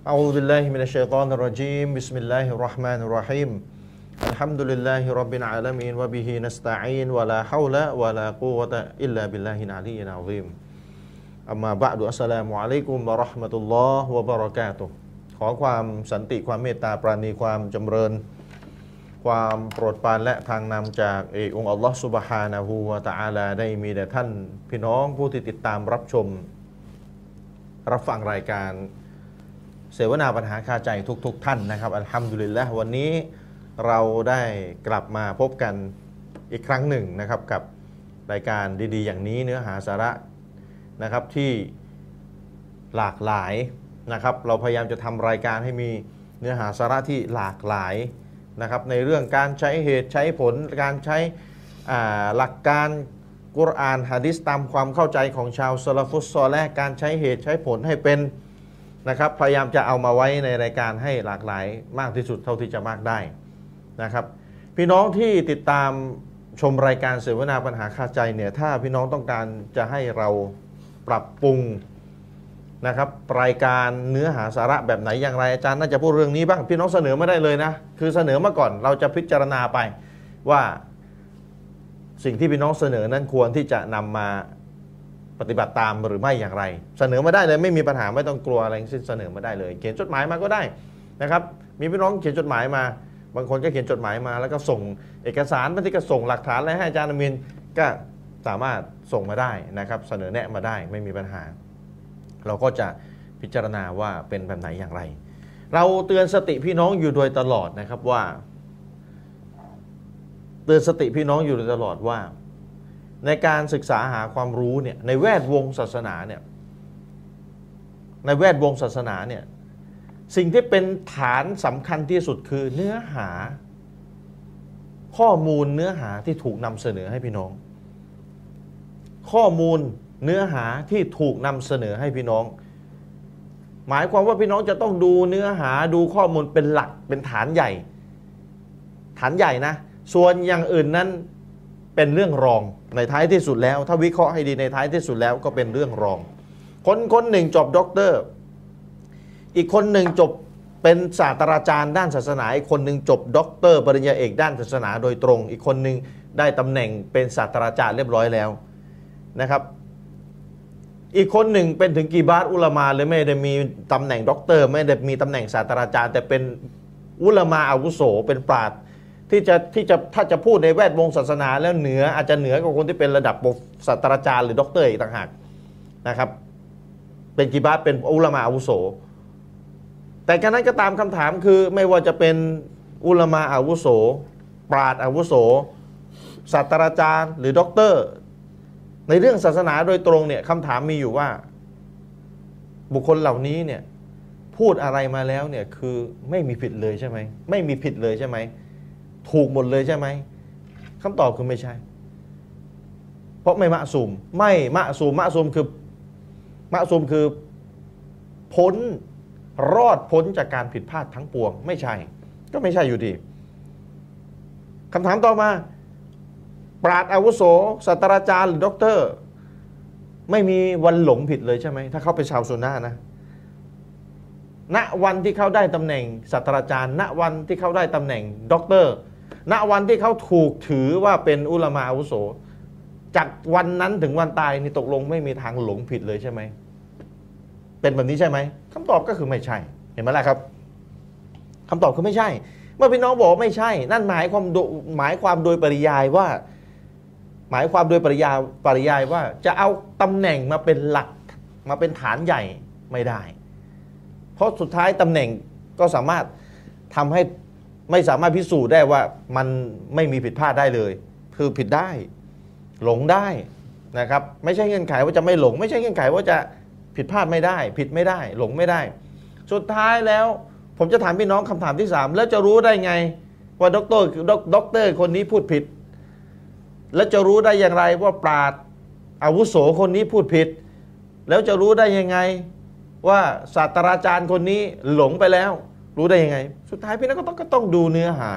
أعوذ بالله من الشيطان الرجيم بسم الله الرحمن الرحيم الحمد لله رب العالمين وبه نستعين ولا حول ولا قوة إلا بالله العلي العظيم أما بعد السلام عليكم ورحمة الله وبركاته ขอความสันติความเมตตาปราณีความจำเริญความโปรดปรานและทางนำจากองค์อัลลอฮฺซุบฮานะฮูวะตะอาลาได้มีแด่ท่านพี่น้องผู้ที่ติดตามรับชมรับฟังรายการเสวนาปัญหาคาใจทุกท่านนะครับอัลฮัมดุลิลละห์วันนี้เราได้กลับมาพบกันอีกครั้งหนึ่งนะครับกับรายการดีๆอย่างนี้เนื้อหาสาระนะครับที่หลากหลายนะครับเราพยายามจะทำรายการให้มีเนื้อหาสาระที่หลากหลายนะครับในเรื่องการใช้เหตุใช้ผลการใช้หลักการกุรอานหะดีษตามความเข้าใจของชาวซะละฟุสซอลิห์การใช้เหตุใช้ผลให้เป็นนะครับพยายามจะเอามาไว้ในรายการให้หลากหลายมากที่สุดเท่าที่จะมากได้นะครับพี่น้องที่ติดตามชมรายการเสวนาปัญหาคาใจเนี่ยถ้าพี่น้องต้องการจะให้เราปรับปรุงนะครับรายการเนื้อหาสาระแบบไหนอย่างไรอาจารย์น่าจะพูดเรื่องนี้บ้างพี่น้องเสนอมาได้เลยนะคือเสนอมาก่อนเราจะพิจารณาไปว่าสิ่งที่พี่น้องเสนอนั้นควรที่จะนำมาปฏิบัติตามหรือไม่อย่างไรเสนอมาได้เลยไม่มีปัญหาไม่ต้องกลัวอะไรทั้งสิ้นเสนอมาได้เลยเขียนจดหมายมาก็ได้นะครับมีพี่น้องเขียนจดหมายมาบางคนก็เขียนจดหมายมาแล้วก็ส่งเอกสารบางทีก็ส่งหลักฐานอะไรให้อาจารย์อามีนก็สามารถส่งมาได้นะครับเสนอแนะมาได้ไม่มีปัญหาเราก็จะพิจารณาว่าเป็นแบบไหนอย่างไรเราเตือนสติพี่น้องอยู่โดยตลอดนะครับว่าเตือนสติพี่น้องอยู่โดยตลอดว่าในการศึกษาหาความรู้เนี่ยในแวดวงศาสนาเนี่ยในแวดวงศาสนาเนี่ยสิ่งที่เป็นฐานสำคัญที่สุดคือเนื้อหาข้อมูลเนื้อหาที่ถูกนำเสนอให้พี่น้องข้อมูลเนื้อหาที่ถูกนำเสนอให้พี่น้องหมายความว่าพี่น้องจะต้องดูเนื้อหาดูข้อมูลเป็นหลักเป็นฐานใหญ่นะส่วนอย่างอื่นนั้นเป็นเรื่องรองในท้ายที่สุดแล้วถ้าวิเคราะห์ให้ดีในท้ายที่สุดแล้วก็เป็นเรื่องรองคนหนึ่งจบด็อกเตอร์อีกคนหนึ่งจบเป็นศาสตราจารย์ด้านศาสนาอีกคนหนึ่งจบด็อกเตอร์ปริญญาเอกด้านศาสนาโดยตรงอีกคนหนึ่งได้ตำแหน่งเป็นศาสตราจารย์เรียบร้อยแล้วนะครับอีกคนหนึ่งเป็นถึงกีบาร์อุลามาเลยไม่ได้มีตำแหน่งด็อกเตอร์ไม่ได้มีตำแหน่งศาสตราจารย์แต่เป็นอุลามาอาวุโสเป็นปราชญ์ที่จะถ้าจะพูดในแวดวงศาสนาแล้วเหนืออาจจะเหนือกว่าคนที่เป็นระดับศาสตราจารย์หรือด็อกเตอร์อีกต่างหากนะครับเป็นกีบาร์เป็นอุลามาอาวุโสแต่การนั้นก็ตามคำถามคือไม่ว่าจะเป็นอุลามาอาวุโสปราชญ์อาวุโสศาสตราจารย์หรือด็อกเตอร์ในเรื่องศาสนาโดยตรงเนี่ยคำถามมีอยู่ว่าบุคคลเหล่านี้เนี่ยพูดอะไรมาแล้วเนี่ยคือไม่มีผิดเลยใช่ไหมไม่มีผิดเลยใช่ไหมถูกหมดเลยใช่ไหมคำตอบคือไม่ใช่เพราะไม่มะซูมไม่มะซูมคือพ้นรอดพ้นจากการผิดพลาดทั้งปวงไม่ใช่ก็ไม่ใช่อยู่ดีคำถามต่อมาปราชญ์อาวุโสศาสตราจารย์หรือด็อกเตอร์ไม่มีวันหลงผิดเลยใช่ไหมถ้าเขาเป็นชาวซุนนะห์นะณวันที่เขาได้ตำแหน่งศาสตราจารย์ณวันที่เขาได้ตำแหน่งด็อกเตอร์ณวันที่เขาถูกถือว่าเป็นอุลามาอาวุโสจากวันนั้นถึงวันตายนี่ตกลงไม่มีทางหลงผิดเลยใช่ไหมเป็นแบบนี้ใช่ไหมคำตอบก็คือไม่ใช่เห็นไหมล่ะครับคำตอบคือไม่ใช่เมื่อพี่น้องบอกไม่ใช่นั่นหมายความโดยปริยายว่าจะเอาตำแหน่งมาเป็นหลักมาเป็นฐานใหญ่ไม่ได้เพราะสุดท้ายตำแหน่งก็สามารถทำให้ไม่สามารถพิสูจน์ได้ว่ามันไม่มีผิดพลาดได้เลยคือผิดได้หลงได้นะครับไม่ใช่เงื่อนไขว่าจะไม่หลงไม่ใช่เงื่อนไขว่าจะผิดพลาดไม่ได้ผิดไม่ได้หลงไม่ได้สุดท้ายแล้วผมจะถามพี่น้องคำถามที่3แล้วจะรู้ได้ไงว่าด็อกเตอร์คนนี้พูดผิดแล้วจะรู้ได้อย่างไรว่าปราชญ์อาวุโสคนนี้พูดผิดแล้วจะรู้ได้ยังไงว่าศาสตราจารย์คนนี้หลงไปแล้วรู้ได้ยังไงสุดท้ายพี่น้องก็ต้องดูเนื้อหา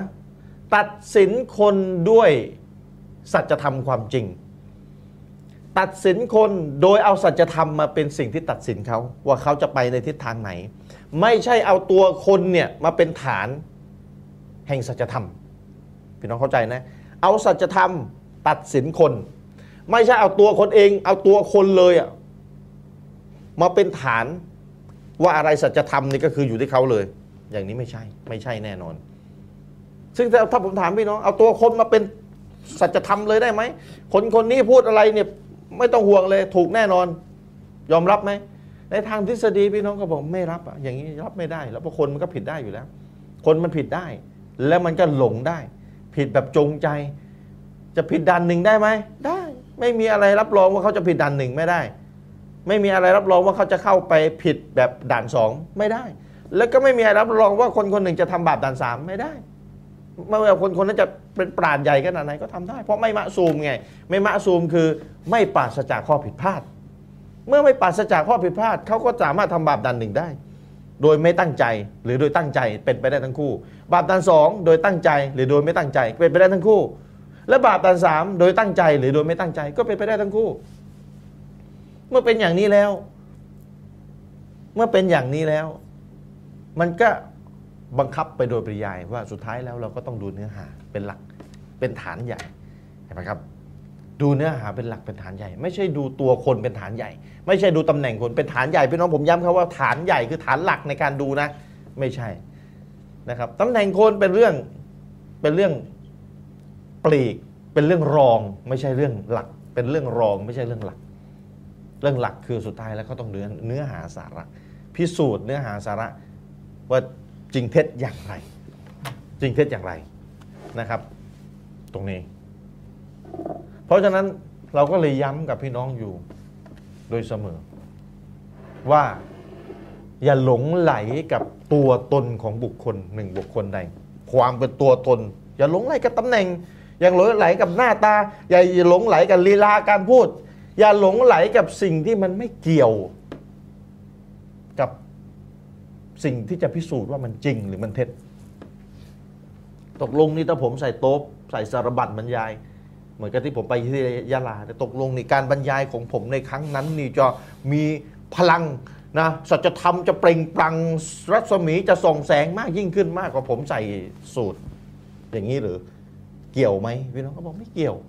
ตัดสินคนด้วยสัจธรรมความจริงตัดสินคนโดยเอาสัจธรรมมาเป็นสิ่งที่ตัดสินเขาว่าเขาจะไปในทิศทางไหนไม่ใช่เอาตัวคนเนี่ยมาเป็นฐานแห่งสัจธรรมพี่น้องเข้าใจนะเอาสัจธรรมตัดสินคนไม่ใช่เอาตัวคนเองเอาตัวคนเลยอะมาเป็นฐานว่าอะไรสัจธรรมนี่ก็คืออยู่ที่เขาเลยอย่างนี้ไม่ใช่แน่นอนซึ่งถ้าผมถามพี่น้องเอาตัวคนมาเป็นสัจธรรมเลยได้ไหมคนนี้พูดอะไรเนี่ยไม่ต้องห่วงเลยถูกแน่นอนยอมรับไหมในทางทฤษฎีพี่น้องก็บอกไม่รับอะอย่างนี้รับไม่ได้แล้วเพราะคนมันก็ผิดได้อยู่แล้วคนมันผิดได้แล้วมันก็หลงได้ผิดแบบจงใจจะผิดด่านหนึ่งได้ไหมได้ไม่มีอะไรรับรองว่าเขาจะผิดด่านหนึ่งไม่ได้ไม่มีอะไรรับรองว่าเขาจะเข้าไปผิดแบบด่านสองไม่ได้แล้วก็ไม่มีอะไรรับรองว่าคนคนหนึ่งจะทำบาปด่านสามไม่ได้ไม่ว่าคนนั้นจะเป็นปราชญ์ใหญ่ขนาดไหนก็ทำได้เพราะไม่มะซูมไงไม่มะซูมคือไม่ปราศจากข้อผิดพลาดเมื่อไม่ปราศจากข้อผิดพลาดเขาก็สามารถทำบาปด่านหนึ่งได้โดยไม่ตั้งใจหรือโดยตั้งใจเป็นไปได้ทั้งคู่บาปด่านสองโดยตั้งใจหรือโดยไม่ตั้งใจเป็นไปได้ทั้งคู่และบาปด่านสามโดยตั้งใจหรือโดยไม่ตั้งใจก็เป็นไปได้ทั้งคู่เมื่อเป็นอย่างนี้แล้วมันก็บังคับไปโดยปริยายว่าสุดท้ายแล้วเราก็ต้องดูเนื้อหาเป็นหลักเป็นฐานใหญ่เห็นไหมครับดูเนื้อหาเป็นหลักเป็นฐานใหญ่ไม่ใช่ดูตัวคนเป็นฐานใหญ่ไม่ใช่ดูตำแหน่งคนเป็นฐานใหญ่พี่น้องผมย้ำครับว่าฐานใหญ่คือฐานหลักในการดูนะไม่ใช่นะครับตำแหน่งคนเป็นเรื่องปลีกเป็นเรื่องรองไม่ใช่เรื่องหลักเป็นเรื่องรองไม่ใช่เรื่องหลักเรื่องหลักคือสุดท้ายแล้วก็ต้องเนื้อหาสาระพิสูจน์เนื้อหาสาระว่าจริงเท็จอย่างไรนะครับตรงนี้เพราะฉะนั้นเราก็เลยย้ำกับพี่น้องอยู่โดยเสมอว่าอย่าหลงไหลกับตัวตนของบุคคลหนึ่งบุคคลใดความเป็นตัวตนอย่าหลงไหลกับตำแหน่งอย่าหลงไหลกับหน้าตาอย่าหลงไหลกับลีลาการพูดอย่าหลงไหลกับสิ่งที่มันไม่เกี่ยวกับสิ่งที่จะพิสูจน์ว่ามันจริงหรือมันเท็จตกลงนี่ถ้าผมใส่โต๊ะใส่สารบัญบรรยายเหมือนกับที่ผมไปที่ยะลาแต่ตกลงในการบรรยายของผมในครั้งนั้นนี่จะมีพลังนะสัจธรรมจะเปล่งปลั่งรัศมีจะส่องแสงมากยิ่งขึ้นมากกว่าผมใส่สูตรอย่างนี้หรือเกี่ยวไหมพี่น้องก็บอกไม่เกี่ยว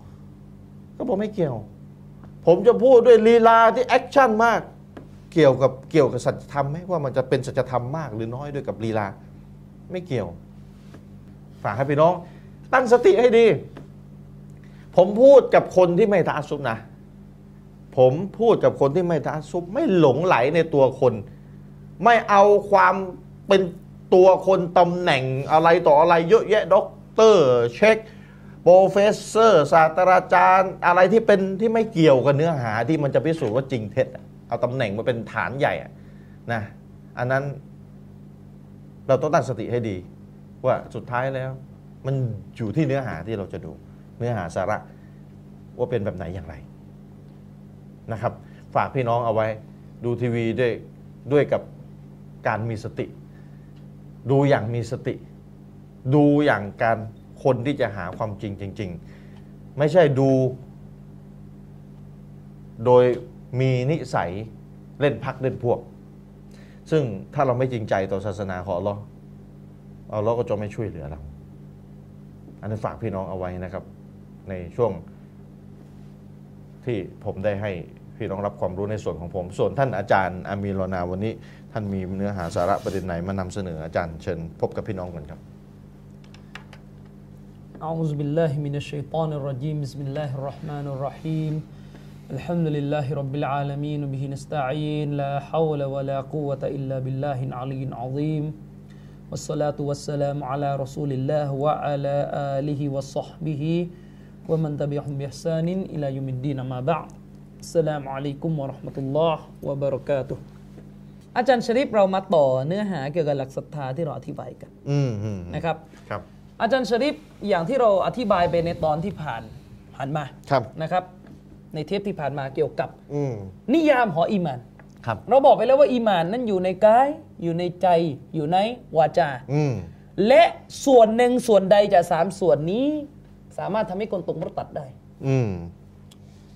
ผมจะพูดด้วยลีลาที่แอคชั่นมากเกี่ยวกับสัจธรรมไหมว่ามันจะเป็นสัจธรรมมากหรือน้อยด้วยกับลีลาไม่เกี่ยวฝากให้พี่น้องตั้งสติให้ดีผมพูดกับคนที่ไม่ตะอัสซุบนะผมพูดกับคนที่ไม่ตะอัสซุบไม่หลงไหลในตัวคนไม่เอาความเป็นตัวคนตำแหน่งอะไรต่ออะไรเยอะแยะด็อกเตอร์เช็คโปรเฟสเซอร์ศาสตราจารย์อะไรที่ไม่เกี่ยวกับเนื้อหาที่มันจะพิสูจน์ว่าจริงเท็จเอาตำแหน่งมาเป็นฐานใหญ่นะอันนั้นเราต้องตั้งสติให้ดีว่าสุดท้ายแล้วมันอยู่ที่เนื้อหาที่เราจะดูเนื้อหาสาระว่าเป็นแบบไหนอย่างไรนะครับฝากพี่น้องเอาไว้ดูทีวีด้วยกับการมีสติดูอย่างมีสติดูอย่างการคนที่จะหาความจริงจริงๆไม่ใช่ดูโดยมีนิสัยเล่นพักเล่นพวกซึ่งถ้าเราไม่จริงใจต่อศาสนาของอัลเลาะห์ก็จะไม่ช่วยเหลือเราอันนี้ฝากพี่น้องเอาไว้นะครับในช่วงที่ผมได้ให้พี่น้องรับความรู้ในส่วนของผมส่วนท่านอาจารย์อามีรอนาวันนี้ท่านมีเนื้อหาสาระประเด็นไหนมานำเสนออาจารย์เชิญพบกับพี่น้องกันครับอะอูซุบิลลาฮิมินัชชัยฏอนิรเราะญีมบิสมิลลาฮิรเราะห์มานิรเราะฮีมอัลฮัมดุลิลลาฮิร็อบบิลอาลามีนวะบิฮินัสตะอีนลาฮาวละวะลากุวะตะอิลลาบิลลาฮิลอะลียิลอะซีมวัสศอลาตุวัสสลามุอะลารอซูลิลลาฮ์วะอะลาอาลิฮิวะศอฮบิฮิวะมันตะบิอะฮุมบิอิห์ซานินอิลายอมิดดีนอะมาบะอ์อัสสลามุอะลัยกุมวะเราะห์มะตุลลอฮ์วะบะเราะกาตุฮ์อาจารย์ชะรีฟเรามาต่อเนื้อหาเกี่ยวกับหลักศรัทธาที่เราอธิบายกันนะครับอาจารย์ชะรีฟอย่างที่เราอธิบายไปในตอนที่ผ่านมานะครับในเทปที่ผ่านมาเกี่ยวกับนิยามของอีหม่านเราบอกไปแล้วว่าอีหม่านนั้นอยู่ในกายอยู่ในใจอยู่ในวาจาและส่วนหนึ่งส่วนใดจาก3ส่วนนี้สามารถทำให้คนตกมุรตัดได้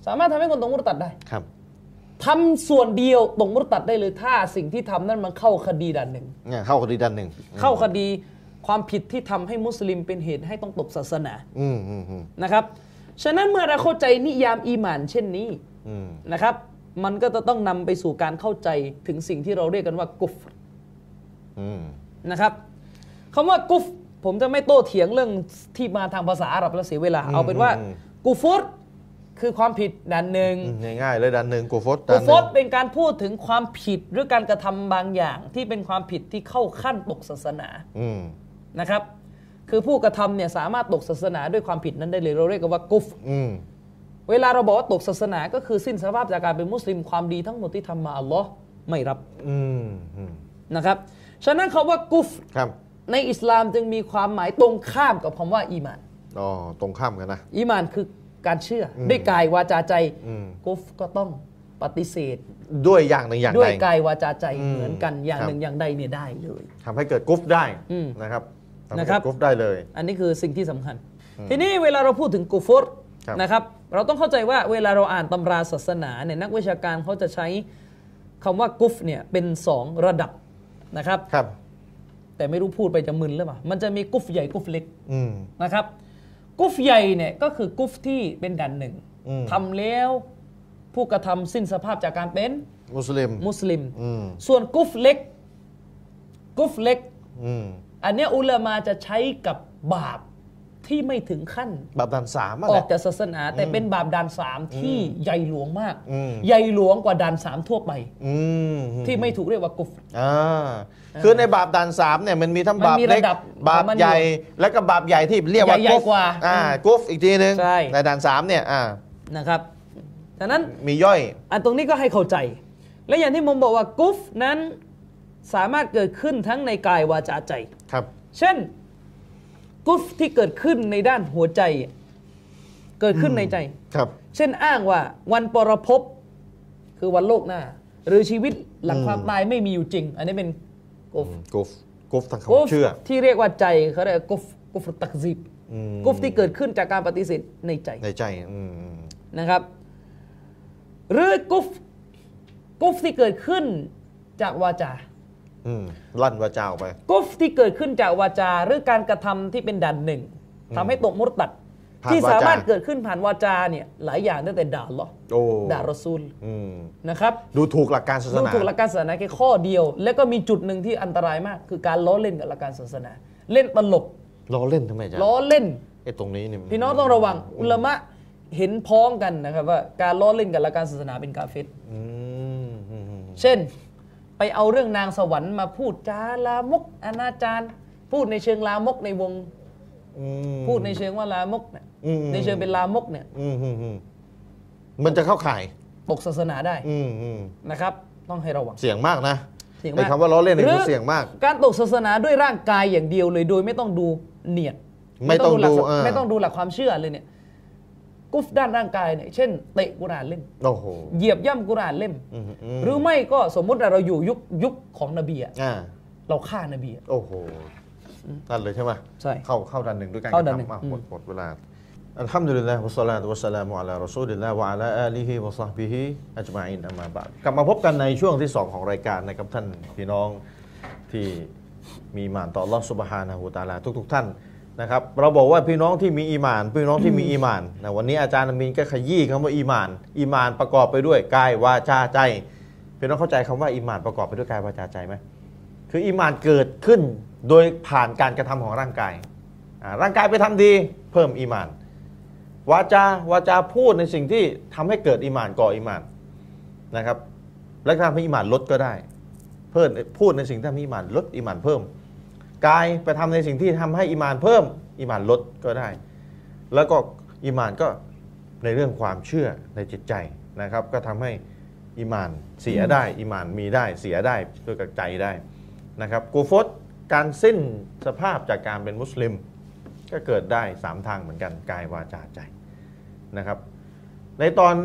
สามารถทำให้คนตกมุรตัดได้ครับทำส่วนเดียวตกมุรตัดได้เลยถ้าสิ่งที่ทำนั้นมันเข้าคดีด้านหนึ่งเข้าคดีด้านหนึ่งเข้าคดีความผิดที่ทำให้มุสลิมเป็นเหตุให้ต้องตกศาสนานะครับฉะนั้นเมื่อเราเข้าใจนิยามอีหม่านเช่นนี้นะครับมันก็จะต้องนำไปสู่การเข้าใจถึงสิ่งที่เราเรียกกันว่ากุฟรนะครับคำว่ากุฟผมจะไม่โต้เถียงเรื่องที่มาทางภาษาอาหรับแล้วเสียเวลาเอาเป็นว่ากุฟรคือความผิดด้านหนึ่งง่ายๆเลยด้านหนึ่งกุฟรเป็นการพูดถึงความผิดหรือการกระทำบางอย่างที่เป็นความผิดที่เข้าขั้นตกศาสนานะครับคือผู้กระทำเนี่ยสามารถตกศาสนาด้วยความผิดนั้นได้เลยเราเรียกกันว่ากุฟเวลาเราบอกว่าตกศาสนาก็คือสิ้นสภาพจากการเป็นมุสลิมความดีทั้งหมดที่ทำมาอัลลอฮ์ไม่รับนะครับฉะนั้นคำว่ากุฟในอิสลามจึงมีความหมายตรงข้ามกับคำว่าอีหม่านตรงข้ามกันนะอีหม่านคือการเชื่อด้วยกายวาจาใจกุฟก็ต้องปฏิเสธด้วยอย่างหนึ่งอย่างใดด้วยกายวาจาใจเหมือนกันอย่างหนึ่งอย่างใดเนี่ยได้เลยทำให้เกิดกุฟได้นะครับทำให้เกิดกุฟได้เลยอันนี้คือสิ่งที่สำคัญทีนี้เวลาเราพูดถึงกุฟรนะครับเราต้องเข้าใจว่าเวลาเราอ่านตำราศาสนาเนี่ยนักวิชาการเขาจะใช้คำว่ากุฟเนี่ยเป็น2ระดับนะครับแต่ไม่รู้พูดไปจะมึนหรือเปล่ามันจะมีกุฟใหญ่กุฟเล็กนะครับกุฟใหญ่เนี่ยก็คือกุฟที่เป็นดันหนึ่งทำแล้วผู้กระทำสิ้นสภาพจากการเป็นมุสลิมส่วนกุฟเล็กอันนี้อุลามะจะใช้กับบาปที่ไม่ถึงขั้นบาปด่าน3 ออกจากศาสนาแต่เป็นบาปด่าน3ที่ใหญ่หลวงมากใหญ่หลวงกว่าด่าน3ทั่วไปที่ไม่ถูกเรียกว่ากุฟคือในบาปด่าน3เนี่ยมันมีทั้งบาปเล็กบาปใหญ่และก็บาปใหญ่ที่เรียกว่ากุฟอีกทีนึงในด่าน3เนี่ยนะครับฉะนั้นมีย่อยอันตรงนี้ก็ให้เข้าใจและอย่างที่ผมบอกว่ากุฟนั้นสามารถเกิดขึ้นทั้งในกายวาจาใจครับเช่นกุฟที่เกิดขึ้นในด้านหัวใจเกิดขึ้นในใจครับเช่นอ้างว่าวันปรภพคือวันโลกหน้าหรือชีวิตหลังความตายไม่มีอยู่จริงอันนี้เป็นกุฟทางความเชื่อที่เรียกว่าใจเขาเรียกกุฟตักซีบกุฟที่เกิดขึ้นจากการปฏิเสธในใจนะครับหรือกุฟที่เกิดขึ้นจากวาจาลั่นวาจาออกไปกุฟที่เกิดขึ้นจากวาจาหรือการกระทำที่เป็นดันหนึ่งทำให้ตกมุรตัดที่สามารถเกิดขึ้นผ่านวาจาเนี่ยหลายอย่างตั้งแต่ด่าอัลเลาะห์ด่ารอซูลนะครับดูถูกหลักการศาสนาดูถูกหลักการศาสนาแค่ข้อเดียวแล้วก็มีจุดหนึ่งที่อันตรายมากคือการล้อเล่นกับหลักการศาสนาเล่นตลกล้อเล่นทำไมจ๊ะล้อเล่นตรงนี้นี่พี่น้องต้องระวังอุลามะเห็นพ้องกันนะครับว่าการล้อเล่นกับหลักการศาสนาเป็นกาเฟรเช่นไปเอาเรื่องนางสวรรค์มาพูดจาลามกอนาจารพูดในเชิงลามกในวงพูดในเชิงว่าลามกเนี่ยในเชิงเป็นลามกเนี่ยมันจะเข้าข่ายตกศาสนาได้นะครับต้องให้ระวังเสี่ยงมากนะในคำว่าล้อเล่นนี่เสี่ยงมากการตกศาสนาด้วยร่างกายอย่างเดียวเลยโดยไม่ต้องดูเนียดไม่ต้องดูหลักความเชื่อเลยเนี่ยกุฟด้านร่างกายเนี่ยเช่นเตะกุรอานเล่มเหยียบย่ำกุรอานเล่มหรือไม่ก็สมมติเราอยู่ยุคของนบีเราฆ่านบีโอ้โหนั่นเลยใช่ไหมใช่เข้าดันหนึ่งด้วยกันหมดเวลาอัลฮัมดุลิลลาฮิวะศศอลาตุวะสสลามุอะลารอซูลิลลาฮ์วะอะลาอาลีฮิวะศอฮบิฮิอัจมาอินอัมมาบะดกลับมาพบกันในช่วงที่2ของรายการนะครับท่านพี่น้องที่มีอีหม่านต่ออัลเลาะห์ซุบฮานะฮูวะตะอาลาทุกท่านนะครับเราบอกว่าพี่น้องที่มีอีหม่านพี่น้องที่มีอีหม่านนะวันนี้อาจารย์อามีนก็ขยี้คำว่าอีหม่านประกอบไปด้วยกายวาจาใจพี่น้องเข้าใจคำว่าอีหม่านประกอบไปด้วยกายวาจาใจไหมคืออีหม่านเกิดขึ้นโดยผ่านการกระทำของร่างกายร่างกายไปทำดีเพิ่มอีหม่านวาจาพูดในสิ่งที่ทำให้เกิดอีหม่านก่ออีหม่านนะครับและทำให้อีหม่านลดก็ได้เพิ่มพูดในสิ่งที่ทำให้อีหม่านลดอีหม่านเพิ่มกายไปทำในสิ่งที่ทำให้อีหม่านเพิ่มอีหม่านลดก็ได้แล้วก็อีหม่านก็ในเรื่องความเชื่อในจิตใจนะครับก็ทำให้อีหม่านเสียได้อีหม่านมีได้เสียได้ด้วยกับใจได้นะครับกูฟรการสิ้นสภาพจากการเป็นมุสลิมก็เกิดได้3ทางเหมือนกันกายวาจาใจนะครับในตอน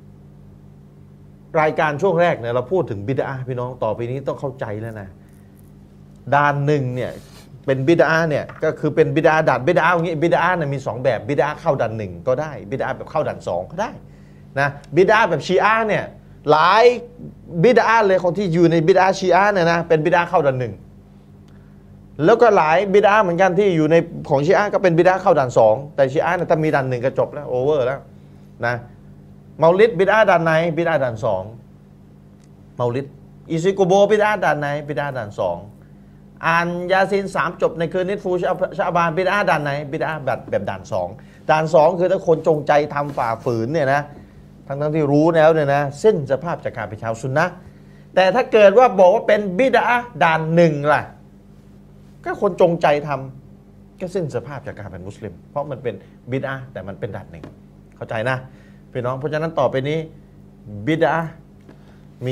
รายการช่วงแรกเนี่ยเราพูดถึงบิดอะห์พี่น้องต่อไปนี้ต้องเข้าใจแล้วนะด้านหนึ่งเนี่ยเป็นบิดอะห์เนี่ยก็คือเป็นบิดอะห์ดัดบิดอะห์อย่างนี้บิดอะห์เนี่ยมี2แบบบิดอะห์เข้าด้าน1ก็ได้บิดอะห์แบบเข้าด้าน2ก็ได้นะบิดาแบบชีอะห์เนี่ยหลายบิดาเลยคนที่อยู่ในบิดาชีอะห์เนี่ยนะเป็นบิดาเข้าด่านหนึ่งแล้วก็หลายบิดาเหมือนกันที่อยู่ในของชีอะห์ก็เป็นบิดาเข้าด่านสองแต่ชีอะห์เนี่ยถ้ามีด่านหนึ่งก็จบแล้วโอเวอร์แล้วนะเมาลิดบิดาด่านไหนบิดาด่านสองเมาลิดอิซิโกโบบิดาด่านไหนบิดาด่านสองอ่านยาซีน3จบในคืนนิสฟูชาบานบิดาด่านไหนบิดาแบบด่านสองด่านสองคือถ้าคนจงใจทำฝ่าฝืนเนี่ยนะทั้งที่รู้แล้วเนี่ยนะสิ้นสภาพจากการเป็นชาวซุนนะห์แต่ถ้าเกิดว่าบอกว่าเป็นบิดาด่านหนึ่งล่ะก็คนจงใจทำก็สิ้นสภาพจากการเป็นมุสลิมเพราะมันเป็นบิดาแต่มันเป็นด่านหนึ่งเข้าใจนะพี่น้องเพราะฉะนั้นต่อไปนี้บิดามี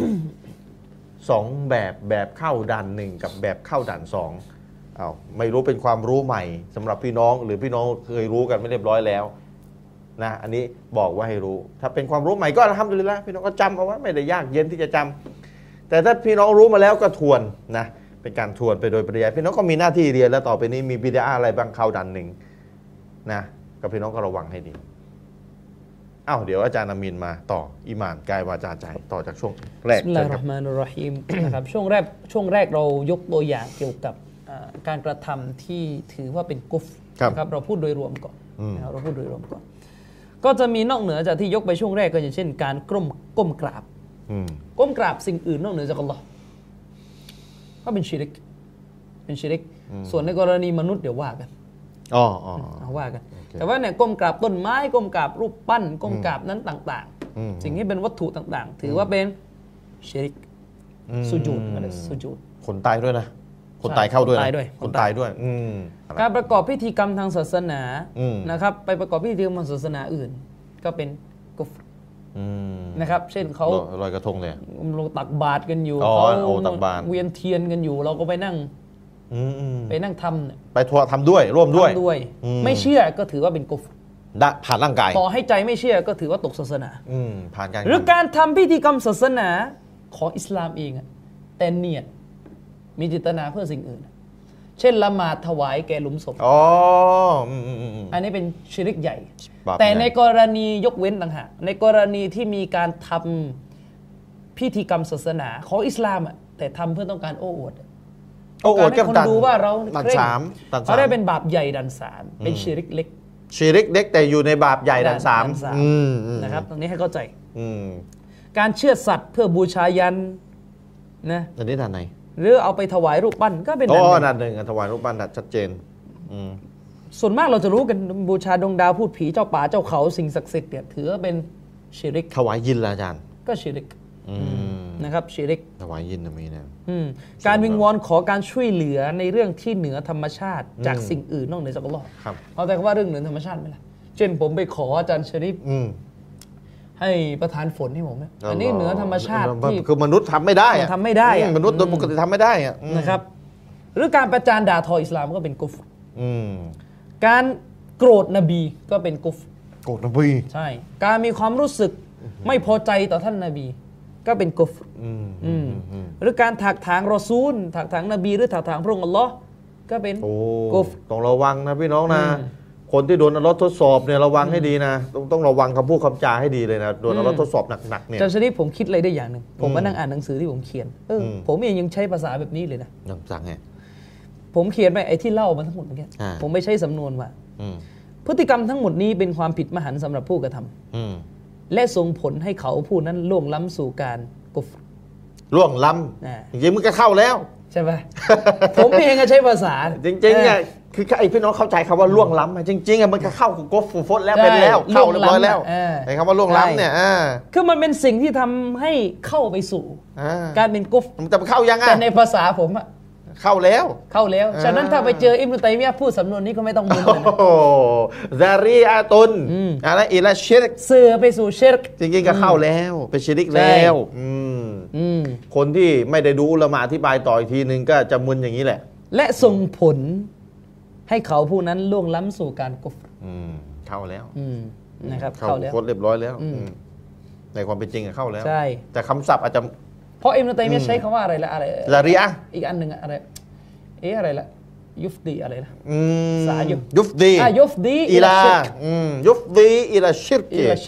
2 แบบเข้าด่านหนึ่งกับแบบเข้าด่านสองไม่รู้เป็นความรู้ใหม่สำหรับพี่น้องหรือพี่น้องเคยรู้กันไม่เรียบร้อยแล้วนะอันนี้บอกว่าให้รู้ถ้าเป็นความรู้ใหม่ก็ทำดูเลยละพี่น้องก็จำเอาไว้ไม่ได้ยากเย็นที่จะจำแต่ถ้าพี่น้องรู้มาแล้วก็ทวนนะเป็นการทวนไปโดยปริยายพี่น้องก็มีหน้าที่เรียนแล้วต่อไปนี้มีบิดาอะไรบ้างเข้าด่านหนึ่งนะก็พี่น้องก็ระวังให้ดีเดี๋ยวอาจารย์อามีนมาต่ออีหม่านกายวาจาใจต่อจากช่วงแรกบิสมิลลาฮิรเราะห์มานิรเราะฮีมนะครับช่วงแรกเรายกตัวอย่างเกี่ยวกับการกระทำที่ถือว่าเป็นกุฟร์นะครับเราพูดโดยรวมก่อนนะครับเราพูดโดยรวมก่อนก็จะมีนอกเหนือจากที่ยกไปช่วงแรกก็อย่างเช่นการก้มกราบก้มกราบสิ่งอื่นนอกเหนือจากอัลลอฮ์ก็เป็นชิริกส่วนในกรณีมนุษย์เดี๋ยวว่ากันว่ากันแต่ว่าเนี่ยก้มกราบต้นไม้ก้มกราบรูปปั้นก้มกราบนั้นต่างๆสิ่งที่เป็นวัตถุต่างๆถือว่าเป็นชิริกสุญูดสุญูดคนตายด้วยนะคนตายเข้าด้วยคนตายด้วยการประกอบพิธีกรรมทางศาสนานะครับไปประกอบพิธีกรรมทางศาสนาอื่นก็เป็นกุฟรนะครับเช่นเขาลอยกระทงเลยเราตักบาตรกันอยู่เขาเวียนเทียนกันอยู่เราก็ไปนั่งทำไปทำด้วยร่วมด้วยไม่เชื่อก็ถือว่าเป็นกุฟรผ่านร่างกายต่อให้ใจไม่เชื่อก็ถือว่าตกศาสนาผ่านการหรือการทำพิธีกรรมศาสนาของอิสลามเองแต่เนียดมีเจตนาเพื่อสิ่งอื่นเช่นละหมาดถวายแก่หลุมศพอันนี้เป็นชิริกใหญ่แต่ในกรณียกเว้นต่างหากในกรณีที่มีการทำพิธีกรรมศาสนาของอิสลามแต่ทำเพื่อต้องการโอ้อวดให้คนดูว่าเราด่านสามเขาได้เป็นบาปใหญ่ด่านสามเป็นชิริกเล็กแต่อยู่ในบาปใหญ่ด่านสามนะครับตรงนี้ให้เข้าใจการเชื่อสัตว์เพื่อบูชายันนะอันนี้ด่านไหนหรือเอาไปถวายรูปปั้นก็เป็นด่านหนึ่งถวายรูปปั้นชัดเจนส่วนมากเราจะรู้กันบูชาดวงดาวพูดผีเจ้าป่าเจ้าเขาสิ่งศักดิ์สิทธิ์เนี่ยถือว่าเป็นชิริกถวายยินละอาจารย์ก็ชิริกนะครับชิริกถวายยินมีนะการวิงวอนขอการช่วยเหลือในเรื่องที่เหนือธรรมชาติจากสิ่งอื่นนอกเหนือจากอัลเลาะห์เอาแต่ว่าเรื่องเหนือธรรมชาติไหมล่ะเช่นผมไปขออาจารย์ชริฟให้ประทานฝนให้ผมอันนี้เหนือธรรมชาติที่คือมนุษย์ทำไม่ได้มนุษย์โดยปกติทำไม่ได้นะครับหรือการประจานด่าทออิสลามก็เป็นกุฟรการโกรธนบีก็เป็นกุฟรโกรธนบีใช่การมีความรู้สึกไม่พอใจต่อท่านนบีก็เป็นกุฟรหรือการถักถางรอซูลถักถางนบีหรือถักถางพระองค์อัลลอฮ์ก็เป็นกุฟรต้องระวังนะพี่น้องนะคนที่โดนอัลเลาะห์ทดสอบเนี่ยระวังให้ดีนะต้องระวังคำพูดคำจาให้ดีเลยนะโดนอัลเลาะห์ทดสอบหนักๆเนี่ยอาจารย์ชริฟผมคิดอะไรได้อย่างหนึ่งผมมานั่งอ่านหนังสือที่ผมเขียนผมเองยังใช้ภาษาแบบนี้เลยนะสั่งไงผมเขียนไปไอ้ที่เล่ามาทั้งหมดเมื่อกี้ผมไม่ใช้สำนวนว่าพฤติกรรมทั้งหมดนี้เป็นความผิดมหันต์สำหรับผู้กระทำและส่งผลให้เขาผู้นั้นล่วงล้ำสู่การกุฟรล่วงล้ำจริงๆมันก็เข้าแล้วใช่ไหมผมเองก็ใช้ภาษาจริงๆเนี่ยคือไอ้พี่น้องเข้าใจคำว่าล่วงล้ำจริงๆมันก็เข้ากุฟรแล้วเป็นแล้วเข้าเรียบร้อยแล้วไอ้คำว่าล่วงล้ำเนี่ยคือมันเป็นสิ่งที่ทำให้เข้าไปสู่การเป็นกุฟรแต่เข้ายังไงแต่ในภาษาผมเข้าแล้วฉะนั้นถ้าไปเจออิบนุตัยมียะห์พูดสำนวนนี้ก็ไม่ต้องมึนเลยซารีอาตุนอะไรอิลาชิรกเสื่อไปสู่ชิรกจริงๆก็เข้าแล้วเป็นชิริกแล้วคนที่ไม่ได้ดูอุลามะอธิบายต่ออีกทีนึงก็จะมึนอย่างนี้แหละและส่งผลให้เขาผู้นั้นล่วงล้ำสู่การกุฟรเข้าแล้วนะครับเข้าแล้วเรียบร้อยแล้วในความเป็นจริงเข้าแล้วใช่แต่คำศัพท์อาจจะเพราะอิบนุตัยมียะห์ใช้คำว่าอะไรละอะไรลาริอะอีกอันหนึ่งอะไรอะไรละยุฟดีอะไรนะยุฟดียุฟดีอิลายุฟดีอิลาชิรก